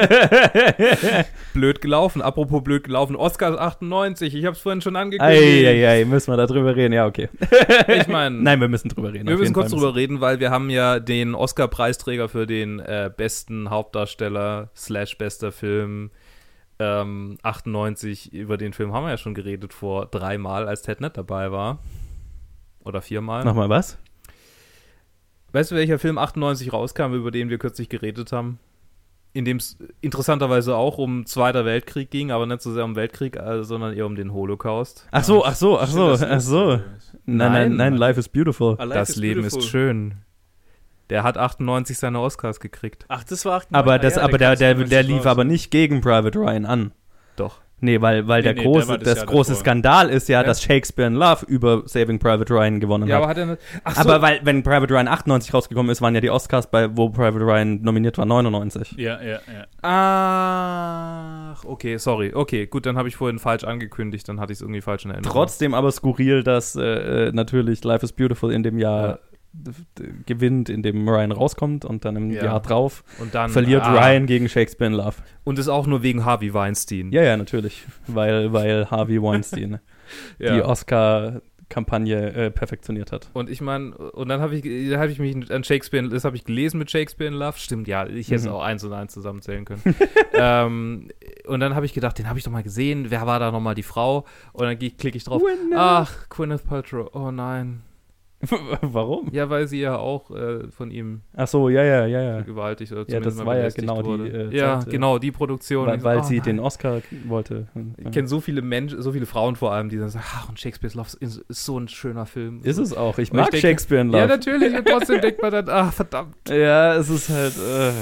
blöd gelaufen. Apropos blöd gelaufen. Oscars achtundneunzig, ich hab's vorhin schon angekündigt.
Eieiei, müssen wir da drüber reden? Ja, okay.
Ich meine,
Nein, wir müssen drüber reden.
wir
auf
müssen
jeden
kurz
Fall
drüber reden, weil wir haben ja den Oscar-Preisträger für den äh, besten Hauptdarsteller slash bester Film ähm, achtundneunzig. Über den Film haben wir ja schon geredet vor dreimal, als Ted nicht dabei war. Oder viermal.
Nochmal was?
Weißt du, welcher Film achtundneunzig rauskam, über den wir kürzlich geredet haben? in dem es interessanterweise auch um Zweiter Weltkrieg ging, aber nicht so sehr um Weltkrieg, äh, sondern eher um den Holocaust.
Ach so, ach so, ach so, ach so. Nein, nein, nein, Life is Beautiful.
Life
das
is
Leben
beautiful.
ist schön. Der hat achtundneunzig seine Oscars gekriegt.
Ach, das war achtundneunzig.
Aber, das,
Ah, ja,
aber der, der,
kam
der
zwanzig
lief aber nicht gegen Private Ryan an.
Doch.
Nee, weil, weil
Nee,
der
nee, der
große,
war das
das
Jahr
große
davor.
Skandal ist ja,
Ja.
dass Shakespeare in Love über Saving Private Ryan gewonnen
Ja,
hat.
aber hat er nicht. Ach so.
Aber weil, wenn Private Ryan achtundneunzig rausgekommen ist, waren ja die Oscars, bei, wo Private Ryan nominiert war, neunundneunzig.
Ja, ja, ja.
Ach, okay, sorry. Okay, gut, dann habe ich vorhin falsch angekündigt, dann hatte ich es irgendwie falsch in Erinnerung.
Trotzdem aber skurril, dass äh, natürlich Life is Beautiful in dem Jahr
Ja.
d- d- gewinnt, in dem Ryan rauskommt und dann im
Ja.
Jahr drauf
Und dann
verliert
ah,
Ryan gegen Shakespeare in Love.
Und ist auch nur wegen Harvey Weinstein.
Ja, ja, natürlich, weil, weil Harvey Weinstein
Ja.
die Oscar-Kampagne äh, perfektioniert hat.
Und ich meine, und dann habe ich, da habe ich mich an Shakespeare, das habe ich gelesen mit Shakespeare in Love. Stimmt, ja, ich hätte es
Mhm.
auch eins und eins zusammenzählen können. ähm, und dann habe ich gedacht, den habe ich doch mal gesehen. Wer war da nochmal die Frau? Und dann klicke ich drauf.
Gwyneth.
Ach, Gwyneth Paltrow. Oh nein.
Warum?
Ja, weil sie ja auch äh, von ihm
Ach so, ja, ja, ja, ja.
vergewaltigt oder
Ja,
zumindest
das
mal
war ja
belästigt
genau die,
wurde.
äh,
Ja,
Zeit, äh,
genau, die Produktion.
Weil,
Ich so,
weil
oh
sie
nein.
den Oscar wollte.
Ich kenne so viele Menschen, so viele Frauen vor allem, die dann sagen, ach, und Shakespeare's Love ist, ist so ein schöner Film.
Ist es auch. Ich
Und
mag
ich denke-
Shakespeare in Love.
Ja, natürlich. Und trotzdem denkt man dann, ach, verdammt.
Ja, es ist halt.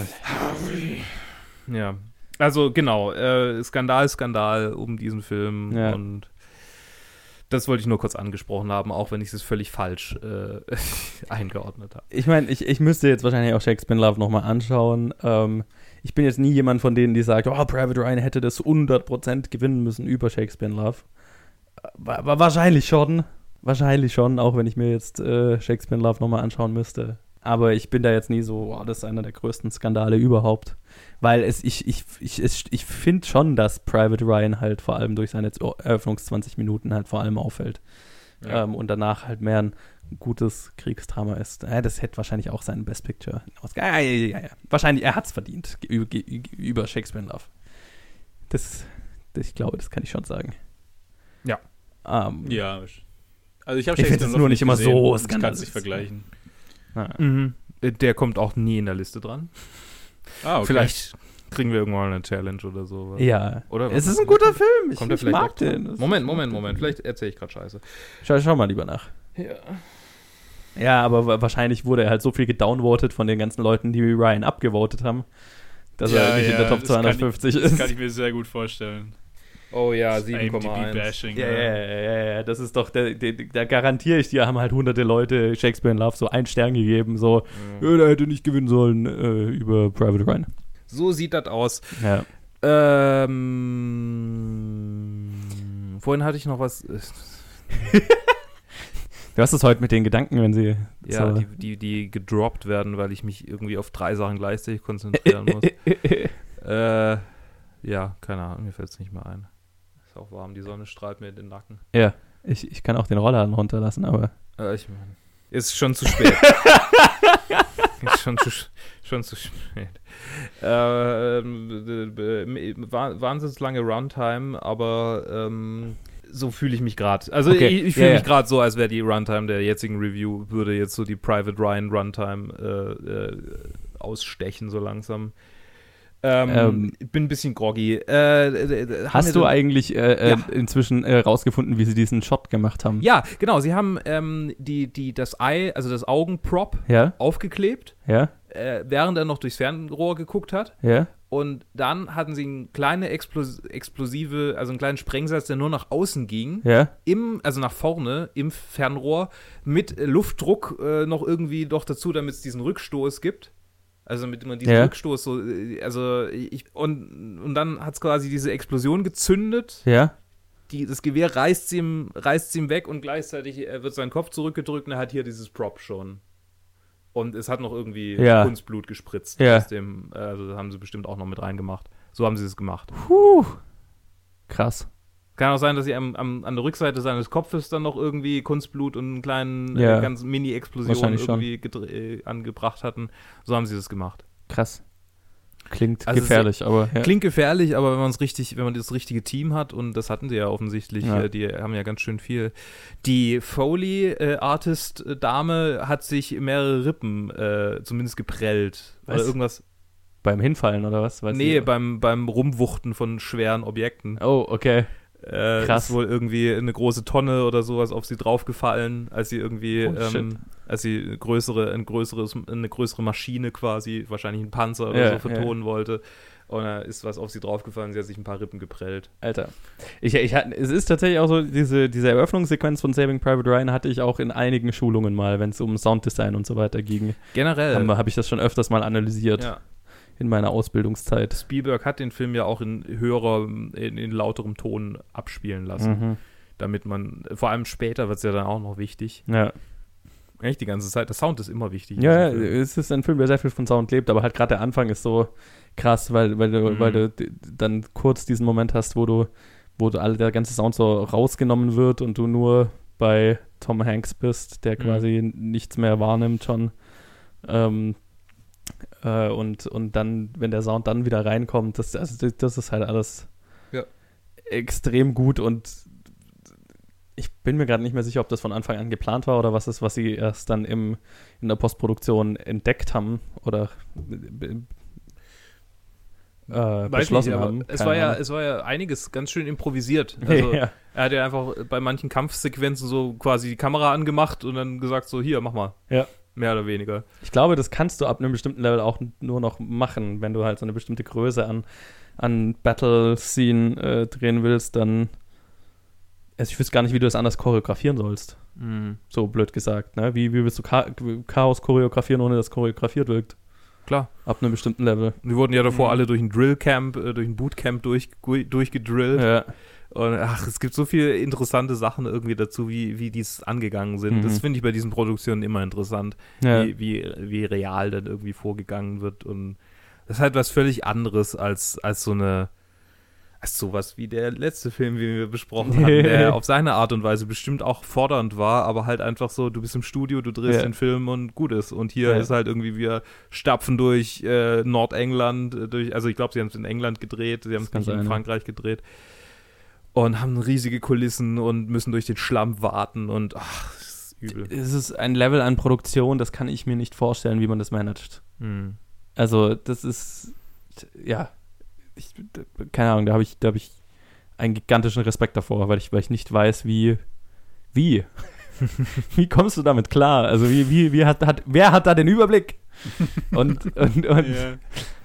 Äh,
Ja, also genau, äh, Skandal, Skandal um diesen Film
Ja.
und das wollte ich nur kurz angesprochen haben, auch wenn ich es völlig falsch äh, eingeordnet habe.
ich meine, ich, ich müsste jetzt wahrscheinlich auch Shakespeare in Love nochmal anschauen. Ähm, ich bin jetzt nie jemand von denen, die sagt, oh, Private Ryan hätte das hundert Prozent gewinnen müssen über Shakespeare in Love. Aber, aber wahrscheinlich schon. Wahrscheinlich schon, auch wenn ich mir jetzt äh, Shakespeare in Love nochmal anschauen müsste. Aber ich bin da jetzt nie so, oh, das ist einer der größten Skandale überhaupt. Weil es, ich, ich, ich, es, ich finde schon, dass Private Ryan halt vor allem durch seine Eröffnungs zwanzig Minuten halt vor allem auffällt.
Ja.
Ähm, und danach halt mehr ein gutes Kriegsdrama ist. Ja, das hätte wahrscheinlich auch seinen Best Picture ausge... Ja, ja, ja, ja. Wahrscheinlich, er hat es verdient ge- ge- über Shakespeare in Love. Das, das, ich glaube, das kann ich schon sagen.
Ja.
Ähm,
Ja. Also ich habe
Ich find es nur nicht immer so
Ich kann
skandalös.
es nicht vergleichen.
na,
Mhm. Der kommt auch nie in der Liste dran.
Ah, okay.
Vielleicht kriegen wir irgendwann eine Challenge oder so.
Ja.
Oder
Es
was?
ist ein guter Film. Ich,
Kommt der
ich
vielleicht
mag
auch dran?
den. Das
Moment,
ist-
Moment, Moment. Vielleicht erzähle ich gerade Scheiße.
Schau, schau mal lieber nach.
Ja.
Ja, aber wa- wahrscheinlich wurde er halt so viel gedownvotet von den ganzen Leuten, die Ryan abgevotet haben, dass er nicht in der Top
das kann
zweihundertfünfzig
ich, Das
ist.
kann ich mir sehr gut vorstellen.
Oh ja,
Das
sieben Komma eins.
IMDb-Bashing.
Ja, ja, ja, ja, ja, das ist doch, der, der, da garantiere ich dir, haben halt hunderte Leute Shakespeare in Love so einen Stern gegeben, so,
Ja.
ja, der hätte nicht gewinnen sollen äh, über Private Ryan.
So sieht das aus.
Ja.
Ähm, vorhin hatte ich noch was. äh,
Du hast es heute mit den Gedanken, wenn sie
Ja,
so
die, die, die gedroppt werden, weil ich mich irgendwie auf drei Sachen gleichzeitig konzentrieren muss. äh, ja, keine Ahnung, mir fällt es nicht mehr ein. Ist auch warm, die Sonne strahlt mir in den Nacken.
Ja, ich, ich kann auch den Rollladen runterlassen, aber
Äh, ich meine, ist schon zu spät. ist schon zu, sch- schon zu spät. Ähm, äh, war, wahnsinnig lange Runtime, aber ähm, so fühle ich mich gerade. Also
Okay,
ich, ich fühle
ja,
mich
ja.
gerade so, als wäre die Runtime der jetzigen Review, würde jetzt so die Private Ryan Runtime äh, äh, ausstechen so langsam. Ähm,
Ähm,
ich bin ein bisschen groggy. Äh, äh, äh, haben
hast
wir
du
denn-
eigentlich äh,
Ja.
äh, inzwischen äh, rausgefunden, wie sie diesen Shot gemacht haben?
Ja, genau. Sie haben ähm, die, die, das Ei, also das Augenprop
Ja?
aufgeklebt,
Ja?
äh, während er noch durchs Fernrohr geguckt hat.
Ja?
Und dann hatten sie eine kleine Explos explosive, also einen kleinen Sprengsatz, der nur nach außen ging,
Ja?
im, also nach vorne im Fernrohr, mit äh, Luftdruck äh, noch irgendwie doch dazu, damit es diesen Rückstoß gibt. Also damit man diesen
Ja.
Rückstoß so, äh, also ich, und, und dann hat es quasi diese Explosion gezündet.
Ja?
Die, das Gewehr reißt ihm, reißt ihm weg und gleichzeitig äh, wird sein Kopf zurückgedrückt und er hat hier dieses Prop schon. Und es hat noch irgendwie
Ja.
Kunstblut gespritzt.
Ja.
Aus dem, äh, also das haben sie bestimmt auch noch mit reingemacht. So haben sie es gemacht.
Puh. Krass.
Kann auch sein, dass sie am, am, an der Rückseite seines Kopfes dann noch irgendwie Kunstblut und einen kleinen,
Ja.
äh, ganz Mini-Explosion
Wahrscheinlich schon.
irgendwie gedre- äh, angebracht hatten. So haben sie das gemacht.
Krass. Klingt
Also
gefährlich, aber ja.
Klingt gefährlich, aber wenn man es richtig, wenn man das richtige Team hat, und das hatten sie ja offensichtlich,
Ja.
äh, die haben ja ganz schön viel. Die Foley-Artist-Dame hat sich mehrere Rippen äh, zumindest geprellt.
Was?
Oder irgendwas.
Beim Hinfallen oder was? Weiß
nee,
ich.
beim, beim Rumwuchten von schweren Objekten.
Oh, okay.
Äh,
Krass.
Ist wohl irgendwie eine große Tonne oder sowas auf sie draufgefallen, als sie irgendwie,
Oh,
ähm, als sie eine größere, ein größeres, eine größere Maschine quasi, wahrscheinlich einen Panzer oder
Ja,
so vertonen
ja.
wollte. Und da ist was auf sie draufgefallen, sie hat sich ein paar Rippen geprellt.
Alter. Ich, ich, es ist tatsächlich auch so, diese, diese Eröffnungssequenz von Saving Private Ryan hatte ich auch in einigen Schulungen mal, wenn es um Sounddesign und so weiter ging.
Generell.
Habe hab ich das schon öfters mal analysiert.
Ja.
In meiner Ausbildungszeit.
Spielberg hat den Film ja auch in höherer, in, in lauterem Ton abspielen lassen.
Mhm.
Damit man, vor allem später wird es ja dann auch noch wichtig.
Ja.
Echt die ganze Zeit. Der Sound ist immer wichtig. in
Ja,
diesem Film.
es ist ein Film, der sehr viel von Sound lebt, aber halt gerade der Anfang ist so krass, weil, weil, du,
Mhm.
weil du d- dann kurz diesen Moment hast, wo du, wo du alle, der ganze Sound so rausgenommen wird und du nur bei Tom Hanks bist, der
Mhm.
quasi nichts mehr wahrnimmt schon. Ähm, äh, und, und dann, wenn der Sound dann wieder reinkommt, das, also das ist halt alles
Ja.
extrem gut und ich bin mir gerade nicht mehr sicher, ob das von Anfang an geplant war oder was ist, was sie erst dann im, in der Postproduktion entdeckt haben oder äh,
Weiß
beschlossen
nicht, aber
haben.
Es
Keine
war, ja,
Ahnung.
es war ja einiges ganz schön improvisiert. Also,
ja.
er hat ja einfach bei manchen Kampfsequenzen so quasi die Kamera angemacht und dann gesagt so, hier, mach mal.
Ja.
Mehr oder weniger.
Ich glaube, das kannst du ab einem bestimmten Level auch nur noch machen, wenn du halt so eine bestimmte Größe an, an Battle-Scene äh, drehen willst, dann also ich wüsste gar nicht, wie du das anders choreografieren sollst.
Mhm.
So blöd gesagt, ne? Wie, wie willst du Cha- Chaos choreografieren, ohne dass choreografiert wirkt?
Klar.
Ab einem bestimmten Level.
Die wurden ja davor
Mhm.
alle durch ein Drillcamp, äh, durch ein Bootcamp durch, durchgedrillt.
Ja.
Und ach, es gibt so viele interessante Sachen irgendwie dazu, wie, wie die es angegangen sind.
Mhm.
Das finde ich bei diesen Produktionen immer interessant,
Ja.
wie, wie, wie real dann irgendwie vorgegangen wird. Und das ist halt was völlig anderes als, als so eine, als sowas wie der letzte Film, den wir besprochen haben, der auf seine Art und Weise bestimmt auch fordernd war, aber halt einfach so, du bist im Studio, du drehst
Ja.
den Film und gut ist. Und hier
Ja.
ist halt irgendwie, wir stapfen durch äh, Nordengland, äh, durch, also ich glaube, sie haben es in England gedreht, sie haben es
kann
nicht in
sein, ja.
Frankreich gedreht. Und haben riesige Kulissen und müssen durch den Schlamm warten und ach, das ist übel.
Es ist ein Level an Produktion, das kann ich mir nicht vorstellen, wie man das managt.
Hm.
Also, das ist, ja, ich, keine Ahnung, da habe ich, da habe ich einen gigantischen Respekt davor, weil ich, weil ich nicht weiß, wie, wie, wie kommst du damit klar? Also, wie, wie, wie hat, hat, wer hat da den Überblick? Und, und, und
Yeah.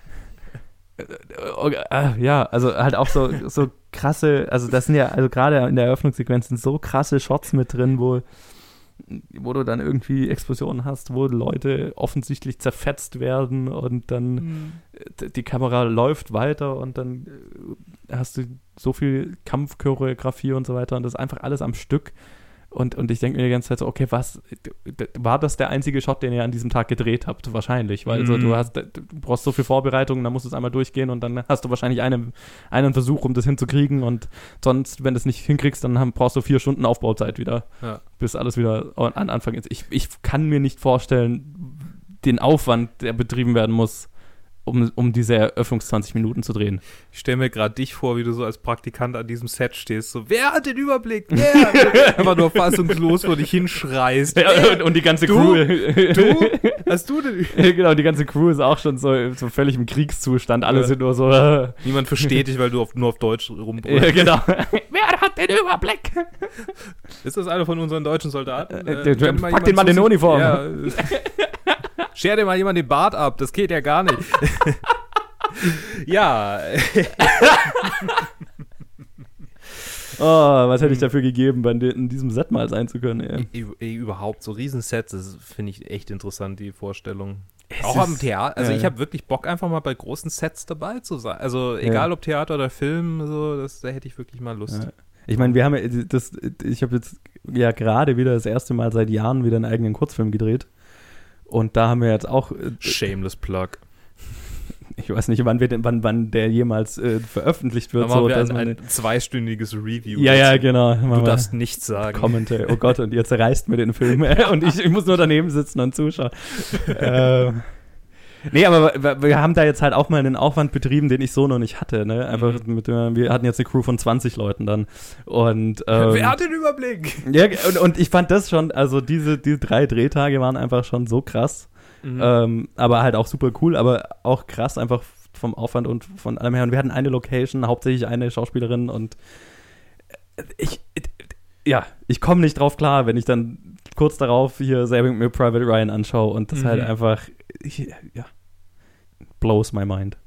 äh, ja, also halt auch so, so krasse, also das sind ja, also gerade in der Eröffnungssequenz sind so krasse Shots mit drin, wo, wo du dann irgendwie Explosionen hast, wo Leute offensichtlich zerfetzt werden und dann
Mhm.
d- die Kamera läuft weiter und dann äh, hast du so viel Kampfchoreografie und so weiter und das ist einfach alles am Stück. Und, und ich denke mir die ganze Zeit so, okay, was, d- war das der einzige Shot, den ihr an diesem Tag gedreht habt? Wahrscheinlich, weil so,
Mhm.
du hast, du brauchst so viel Vorbereitung, dann musst du es einmal durchgehen und dann hast du wahrscheinlich einen, einen Versuch, um das hinzukriegen und sonst, wenn du es nicht hinkriegst, dann haben, brauchst du vier Stunden Aufbauzeit wieder,
Ja.
bis alles wieder an Anfang ist. Ich, ich kann mir nicht vorstellen, den Aufwand, der betrieben werden muss, um, um diese Eröffnungs zwanzig Minuten zu drehen.
Ich stelle mir gerade dich vor, wie du so als Praktikant an diesem Set stehst. So, wer hat den Überblick? Wer? Einfach nur fassungslos vor dich hinschreist.
Ja, und, und die ganze
Du?
Crew.
Du? Hast du den
Ja, genau, die ganze Crew ist auch schon so, so völlig im Kriegszustand. Alle
Ja.
sind nur so. Äh,
Niemand versteht dich, weil du auf, nur auf Deutsch
ja,
rumbrüllst.
genau. Wer hat den Überblick?
Ist das einer von unseren deutschen Soldaten?
Äh,
kann
pack den mal in
zusehen?
Uniform.
Ja. Scher dir mal jemand den Bart ab, das geht ja gar nicht. Ja.
Oh, was hätte ich dafür gegeben, bei den, in diesem Set mal sein zu können, ey.
Ey, ey, überhaupt, so Riesensets, das finde ich echt interessant, die Vorstellung.
Es
Auch
ist-
am Theater, also
ja.
ich habe wirklich Bock, einfach mal bei großen Sets dabei zu sein. Also egal
Ja.
ob Theater oder Film, so, das, da hätte ich wirklich mal Lust.
Ja. Ich meine, wir haben ja das, ich habe jetzt ja gerade wieder das erste Mal seit Jahren wieder einen eigenen Kurzfilm gedreht. Und da haben wir jetzt auch, äh,
Shameless Plug.
ich weiß nicht, wann, wir den, wann, wann der jemals äh, veröffentlicht wird.
Dann machen
So,
wir
dass
ein,
man-
ein zweistündiges Review.
ja, ja,
dazu.
genau.
Du darfst nichts sagen.
Commentary. Oh Gott, und ihr zerreißt mir den Film. Und ich, ich muss nur daneben sitzen und zuschauen. ähm, nee, aber wir, wir haben da jetzt halt auch mal einen Aufwand betrieben, den ich so noch nicht hatte. Ne? Einfach
Mhm.
mit, äh, wir hatten jetzt eine Crew von zwanzig Leuten dann. Und, ähm,
Wer hat den Überblick?
ja, und, und ich fand das schon, also diese, diese drei Drehtage waren einfach schon so krass. Mhm. Ähm, aber halt auch super cool, aber auch krass einfach vom Aufwand und von allem her. Und wir hatten eine Location, hauptsächlich eine Schauspielerin und ich, ja, ich komme nicht drauf klar, wenn ich dann kurz darauf hier Saving Me Private Ryan anschaue und das mhm. halt einfach, ich, ja, blows my mind.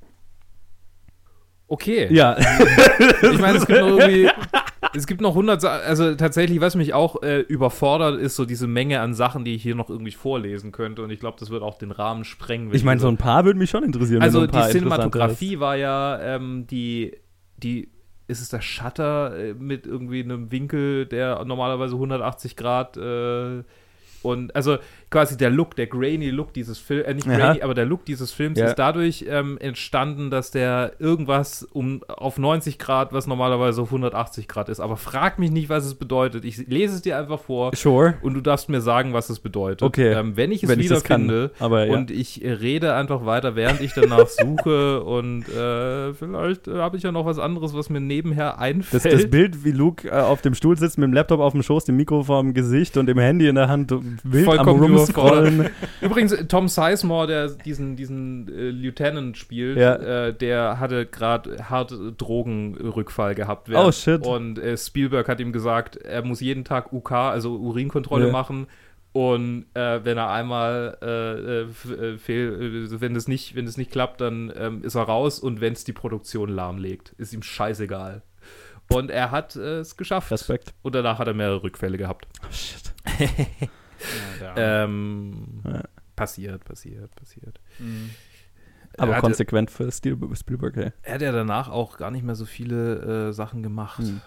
Okay.
Ja.
Ich meine, es gibt noch irgendwie, es gibt noch hundert Sachen, also tatsächlich, was mich auch äh, überfordert, ist so diese Menge an Sachen, die ich hier noch irgendwie vorlesen könnte und ich glaube, das wird auch den Rahmen sprengen.
Ich meine, so ein paar würden mich schon interessieren.
Also
wenn du ein paar
die Cinematografie war ja ähm, die, die, ist es der Shutter äh, mit irgendwie einem Winkel, der normalerweise hundertachtzig Grad äh, und also quasi der Look, der grainy Look dieses Films, äh, nicht grainy, aber der Look dieses Films ja. ist dadurch ähm, entstanden, dass der irgendwas um auf neunzig Grad, was normalerweise auf hundertachtzig Grad ist. Aber frag mich nicht, was es bedeutet. Ich lese es dir einfach vor
sure.
und du darfst mir sagen, was es bedeutet.
Okay.
Ähm, wenn ich es
wenn
wiederfinde
ja.
und ich rede einfach weiter, während ich danach suche und äh, vielleicht äh, habe ich ja noch was anderes, was mir nebenher einfällt.
Das, das Bild, wie Luke äh, auf dem Stuhl sitzt, mit dem Laptop auf dem Schoß, dem Mikro vor dem Gesicht und dem Handy in der Hand, wild
vollkommen
am Rumscrollen.
Übrigens, Tom Sizemore, der diesen, diesen äh, Lieutenant spielt,
ja.
äh, der hatte gerade hart Drogenrückfall gehabt.
Oh, shit.
Und äh, Spielberg hat ihm gesagt, er muss jeden Tag U K, also Urinkontrolle
ja.
machen. Und äh, wenn er einmal äh, äh, fehl, äh, wenn das nicht, wenn das nicht klappt, dann ähm, ist er raus. Und wenn es die Produktion lahmlegt, ist ihm scheißegal. Und er hat äh, es geschafft.
Respekt.
Und danach hat er mehrere Rückfälle gehabt.
Oh, shit.
Ja, ähm,
ja.
Passiert, passiert, passiert.
Mhm. Aber konsequent für Spielberg, hey.
Er hat ja danach auch gar nicht mehr so viele äh, Sachen gemacht.
Mhm.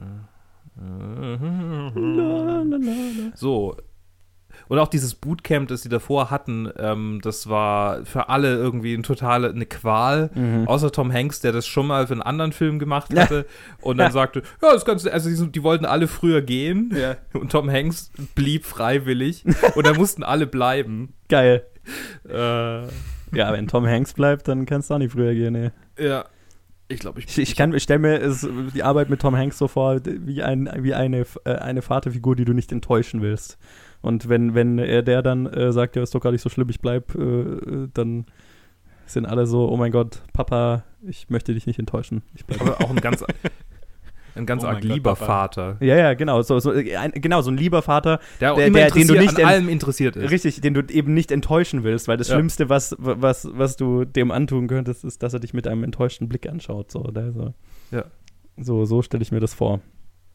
Ja. So. Und auch dieses Bootcamp, das sie davor hatten, ähm, das war für alle irgendwie eine totale eine Qual,
mhm.
außer Tom Hanks, der das schon mal für einen anderen Film gemacht hatte und dann sagte, ja, das Ganze, also die, die wollten alle früher gehen
ja.
und Tom Hanks blieb freiwillig und dann mussten alle bleiben.
Geil.
Äh,
ja, wenn Tom Hanks bleibt, dann kannst du auch nicht früher gehen, ey.
Ja. Ich glaube, ich,
ich, ich, kann, ich stelle mir es, die Arbeit mit Tom Hanks so vor, wie, ein, wie eine, äh, eine Vaterfigur, die du nicht enttäuschen willst. Und wenn, wenn er der dann äh, sagt, ja, ist doch gar nicht so schlimm, ich bleib, äh, dann sind alle so, oh mein Gott, Papa, ich möchte dich nicht enttäuschen. Ich bleib.
Aber auch ein ganz, ein ganz
oh
arg lieber Gott, Vater.
Ja, ja, genau, so, so, ein, genau, so ein lieber Vater,
der,
der, der den du nicht
an allem interessiert ist.
Richtig, den du eben nicht enttäuschen willst, weil das ja. Schlimmste, was, was, was du dem antun könntest, ist, dass er dich mit einem enttäuschten Blick anschaut. So, oder so.
Ja.
So, so stelle ich mir das vor.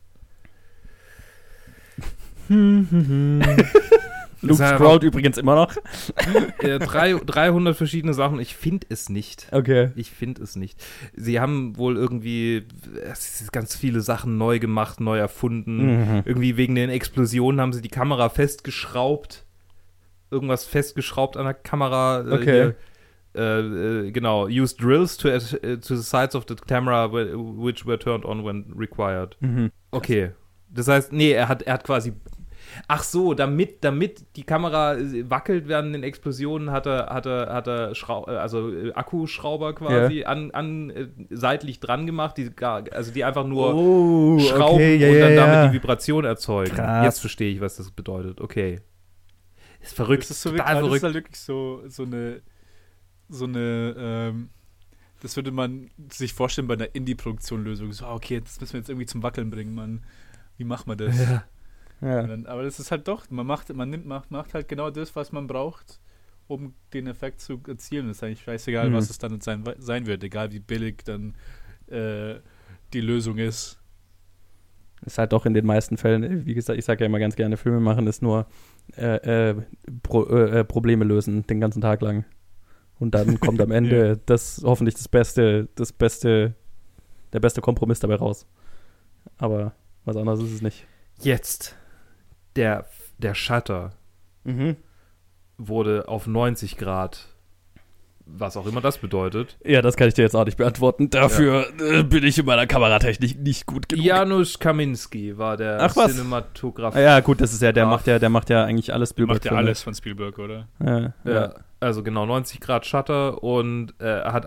Luke scrollt übrigens immer noch.
äh, drei, dreihundert verschiedene Sachen. Ich finde es nicht.
Okay.
Ich finde es nicht. Sie haben wohl irgendwie ganz viele Sachen neu gemacht, neu erfunden.
Mhm.
Irgendwie wegen den Explosionen haben sie die Kamera festgeschraubt. Irgendwas festgeschraubt an der Kamera.
Okay.
Äh, äh, genau. Used drills to, uh, to the sides of the camera which were turned on when required.
Mhm.
Okay. Das heißt, nee, er hat, er hat quasi Ach so, damit, damit die Kamera wackelt während den Explosionen, hat er, hat er, hat er Schrau- also Akkuschrauber quasi
yeah.
an, an äh, seitlich dran gemacht, die, also die einfach nur
oh,
schrauben
okay, yeah,
und dann
yeah,
damit
yeah.
die Vibration erzeugen.
Krass.
Jetzt verstehe ich, was das bedeutet. Okay. Ist verrückt,
das ist so
total
wirklich,
verrückt.
Das ist halt wirklich so, so eine, so eine, ähm, das würde man sich vorstellen bei einer Indie-Produktion-Lösung. So, okay, das müssen wir jetzt irgendwie zum Wackeln bringen, Mann. Wie machen wir das?
Ja.
Ja.
Dann, aber das ist halt doch, man macht, man nimmt, macht, macht halt genau das, was man braucht, um den Effekt zu erzielen. Das ist eigentlich scheißegal,
mhm.
was es dann sein, sein wird, egal wie billig dann äh, die Lösung ist.
Ist halt doch in den meisten Fällen, wie gesagt, ich sage ja immer ganz gerne, Filme machen ist nur äh, äh, Pro, äh, Probleme lösen den ganzen Tag lang. Und dann kommt am Ende ja. das hoffentlich das Beste, das Beste, der beste Kompromiss dabei raus. Aber was anderes ist es nicht.
Jetzt. Der, der Shutter
mhm.
wurde auf neunzig Grad, was auch immer das bedeutet.
Ja, das kann ich dir jetzt auch nicht beantworten. Dafür ja. äh, bin ich in meiner Kameratechnik nicht gut genug.
Janusz Kaminski war der
Ach, was?
Cinematograf.
Ja, gut, das ist ja, der Graf. macht ja, der macht ja eigentlich alles Spielberg.
Macht ja alles von Spielberg, oder?
Ja,
ja. ja, also genau, neunzig Grad Shutter und äh, er hat ein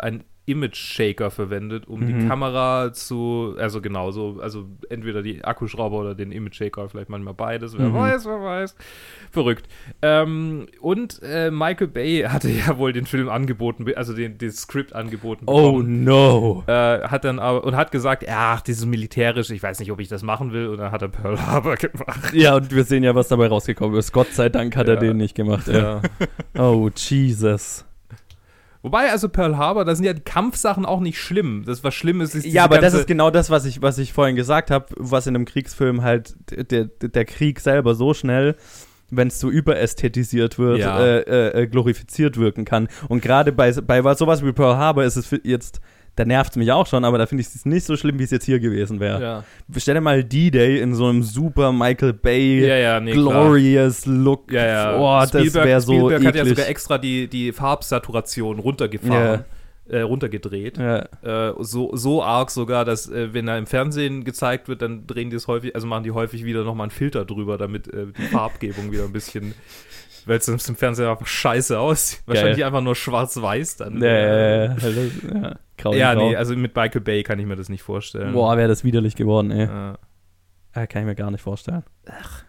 Image-Shaker verwendet, um mhm. die Kamera zu, also genauso, also entweder die Akkuschrauber oder den Image-Shaker, vielleicht manchmal beides, wer mhm. weiß, wer weiß. Verrückt. Ähm, und äh, Michael Bay hatte ja wohl den Film angeboten, also den, den Skript angeboten
bekommen. Oh no.
Äh, hat dann aber, und hat gesagt, ja, dieses militärisch, ich weiß nicht, ob ich das machen will, und dann hat er Pearl Harbor gemacht.
Ja, und wir sehen ja, was dabei rausgekommen ist. Gott sei Dank hat ja. er den nicht gemacht. Ja. Oh, Jesus.
Wobei, also Pearl Harbor, da sind ja die Kampfsachen auch nicht schlimm. Das, was schlimm ist, ist
ja, aber das ist genau das, was ich, was ich vorhin gesagt habe, was in einem Kriegsfilm halt, der, der Krieg selber so schnell, wenn es so überästhetisiert wird, ja. äh, äh, glorifiziert wirken kann. Und gerade bei, bei sowas wie Pearl Harbor ist es jetzt, da nervt es mich auch schon, aber da finde ich es nicht so schlimm, wie es jetzt hier gewesen wäre.
Ja.
Stell dir mal D-Day in so einem super Michael Bay
ja, ja, nee,
glorious klar. Look.
Ja, ja.
Oh, das wäre so
Spielberg
eklig.
hat ja sogar extra die, die Farbsaturation runtergefahren. Ja. Äh, runtergedreht.
Ja.
Äh, so, so arg sogar, dass äh, wenn er im Fernsehen gezeigt wird, dann drehen die es häufig, also machen die häufig wieder nochmal einen Filter drüber, damit äh, die Farbgebung wieder ein bisschen, weil es im Fernsehen einfach scheiße aussieht. Wahrscheinlich
Geil.
einfach nur schwarz-weiß dann.
Ja, ja, ja. ja. Grau
ja,
grau.
nee, also mit Michael Bay kann ich mir das nicht vorstellen.
Boah, wäre das widerlich geworden, ey.
Ja.
Äh, kann ich mir gar nicht vorstellen. Ach.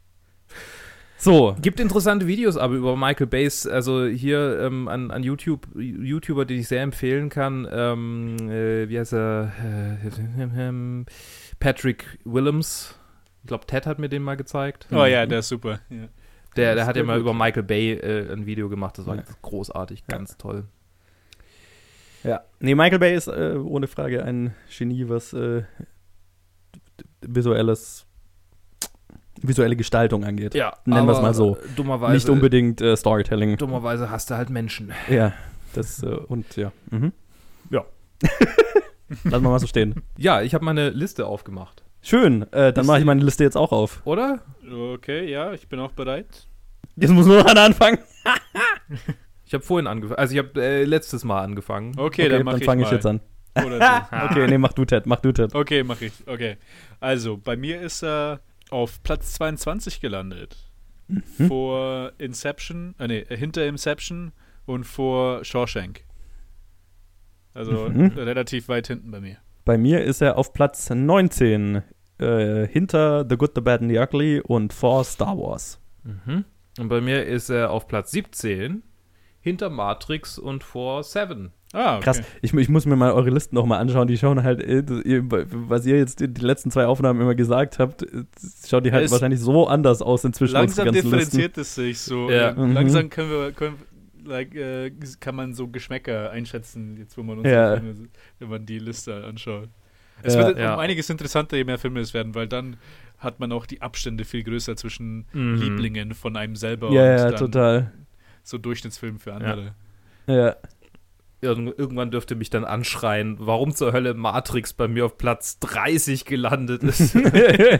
So.
Gibt interessante Videos aber über Michael Bays, also hier ähm, an, an YouTube, YouTuber, die ich sehr empfehlen kann. Ähm, äh, wie heißt er? Äh, Patrick Willems. Ich glaube, Ted hat mir den mal gezeigt.
Oh ja, der ist super. Ja.
Der, der hat ja mal über Michael Bay äh, ein Video gemacht, das war ja. großartig, ganz ja. toll.
Ja, nee, Michael Bay ist äh, ohne Frage ein Genie, was äh, visuelles, visuelle Gestaltung angeht.
Ja,
nennen wir es mal so.
Dummerweise,
nicht unbedingt äh, Storytelling.
Dummerweise hast du halt Menschen.
Ja, das äh, und ja. Mhm.
Ja.
Lass mal mal so stehen.
Ja, ich habe meine Liste aufgemacht.
Schön, äh, dann mache ich meine Liste jetzt auch auf.
Oder?
Okay, ja, ich bin auch bereit.
Jetzt muss nur noch einer anfangen.
Ich habe vorhin angefangen, also ich habe äh, letztes Mal angefangen.
Okay, okay dann mache ich
fange ich jetzt an.
Oder so.
Okay, nee, mach du Ted, mach du Ted.
Okay, mach ich, okay. Also, bei mir ist er auf Platz zweiundzwanzig gelandet. Mhm. Vor Inception, äh, nee, hinter Inception und vor Shawshank. Also mhm. relativ weit hinten bei mir.
Bei mir ist er auf Platz neunzehn, äh, hinter The Good, The Bad and The Ugly und vor Star Wars.
Mhm. Und bei mir ist er auf Platz siebzehn, hinter Matrix und vor Seven.
Ah, okay. Krass, ich, ich muss mir mal eure Listen nochmal anschauen, die schauen halt, was ihr jetzt die letzten zwei Aufnahmen immer gesagt habt, schaut die halt es wahrscheinlich so anders aus inzwischen.
Langsam differenziert Listen. Es sich so.
Ja.
Mhm. Langsam können wir, können, like, äh, kann man so Geschmäcker einschätzen, jetzt wo man uns
ja.
Filme, wenn man die Liste anschaut. Es
ja,
wird
ja.
um einiges interessanter, je mehr Filme es werden, weil dann hat man auch die Abstände viel größer zwischen
mhm.
Lieblingen von einem selber
ja,
und
ja,
dann
total.
so Durchschnittsfilmen für andere.
Ja. ja.
Irgendwann dürfte mich dann anschreien, warum zur Hölle Matrix bei mir auf Platz dreißig gelandet ist.
Ja,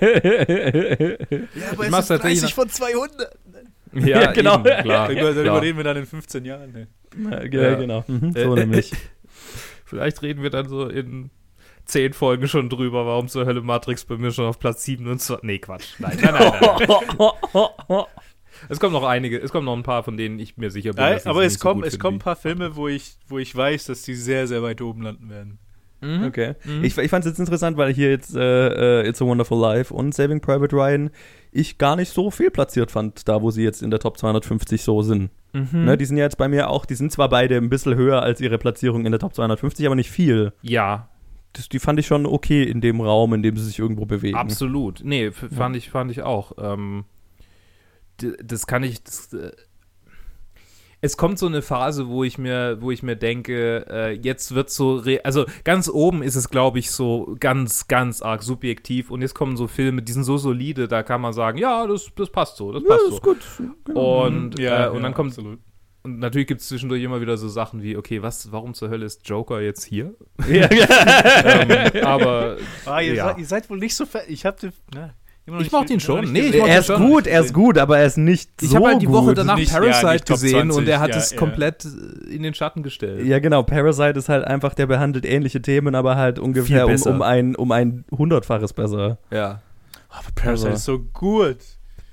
aber es ist dreißig von zweihundert.
Ja, ja genau. Eben, klar,
darüber, darüber
klar.
reden wir dann in fünfzehn Jahren. Ne?
Ja, ja, genau. Mhm, so
äh,
nämlich.
Vielleicht reden wir dann so in zehn Folgen schon drüber, warum zur Hölle Matrix bei mir schon auf Platz siebenundzwanzig. Nee, Quatsch. Nein, nein, nein. nein. Es kommen noch einige, es kommen noch ein paar, von denen ich mir sicher bin.
Nein, aber es kommen, so es kommen ein paar Filme, wo ich, wo ich weiß, dass die sehr, sehr weit oben landen werden.
Mhm. Okay. Mhm. Ich, ich fand es jetzt interessant, weil hier jetzt äh, It's a Wonderful Life und Saving Private Ryan ich gar nicht so viel platziert fand, da wo sie jetzt in der Top zweihundertfünfzig so sind. Mhm. Ne, die sind ja jetzt bei mir auch, die sind zwar beide ein bisschen höher als ihre Platzierung in der Top zweihundertfünfzig, aber nicht viel.
Ja.
Das, die fand ich schon okay in dem Raum, in dem sie sich irgendwo bewegen.
Absolut. Nee, f- fand, ja. ich, fand ich auch. Ähm, d- das kann ich. Das, äh, es kommt so eine Phase, wo ich mir, wo ich mir denke, äh, jetzt wird so, re- also ganz oben ist es, glaube ich, so ganz, ganz arg subjektiv und jetzt kommen so Filme, die sind so solide, da kann man sagen, ja, das, das passt so, das passt
ja,
so.
Ist gut.
Genau. Und,
ja,
äh, und
ja,
dann kommt
absolut.
Und natürlich gibt es zwischendurch immer wieder so Sachen wie, okay, was, warum zur Hölle ist Joker jetzt hier?
Ja.
ähm, aber
ah, ihr,
ja.
seid, ihr seid wohl nicht so fett. Ich hab den, na,
Ich mach den schon. Nee, ich
er ist
schon.
gut, er ist gut, aber er ist nicht
ich
so
Ich habe halt die
gut.
Woche danach
nicht,
Parasite
ja, nicht
gesehen
zwanzig,
und er hat
ja,
es
ja.
komplett in den Schatten gestellt.
Ja, genau. Parasite ist halt einfach, der behandelt ähnliche Themen, aber halt ungefähr um, um, ein, um ein Hundertfaches besser.
Ja.
Aber Parasite
also.
ist so gut.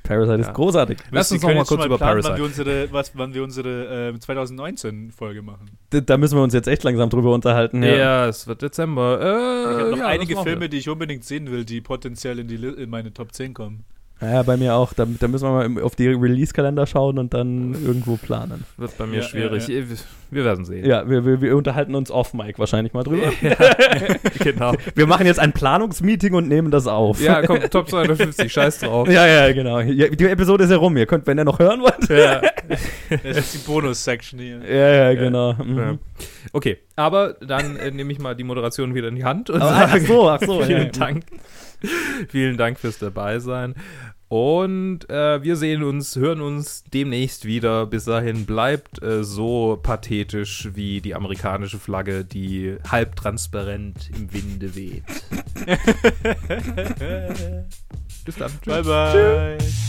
Parasite
Ja.
ist großartig.
Lass uns
Wir
noch
können
mal
jetzt
kurz
schon
über
planen,
Parasite.
Wann wir unsere, was, wann wir unsere äh, zwanzig neunzehn-Folge machen.
Da, da müssen wir uns jetzt echt langsam drüber unterhalten.
Ja,
Ja.
es wird Dezember. Äh,
Ich habe noch
ja,
einige
das machen
Filme,
wir.
die ich unbedingt sehen will, die potenziell in, die, Li- in meine Top zehn kommen.
Ja, bei mir auch. Da, da müssen wir mal im- auf die Release-Kalender schauen und dann irgendwo planen.
Wird bei mir
Ja,
schwierig.
ja,
Wir werden sehen.
Ja, wir, wir, wir unterhalten uns off-Mic wahrscheinlich mal drüber.
Genau.
Wir machen jetzt ein Planungsmeeting und nehmen das auf.
Ja, komm, Top zweihundertfünfzig, scheiß drauf.
Ja, ja, genau. Ja, die Episode ist ja rum. Ihr könnt, wenn ihr noch hören wollt.
Ja.
Das ist die Bonus-Section hier.
Ja, ja, genau. Mhm.
Ja. Okay, aber dann äh, nehme ich mal die Moderation wieder in die Hand und
Aber, ach
sage
so, ach so.
vielen
ja.
Dank. Vielen Dank fürs Dabeisein. Und äh, wir sehen uns, hören uns demnächst wieder. Bis dahin bleibt äh, so pathetisch wie die amerikanische Flagge, die halbtransparent im Winde weht. Bis dann. Tschüss.
Bye, bye.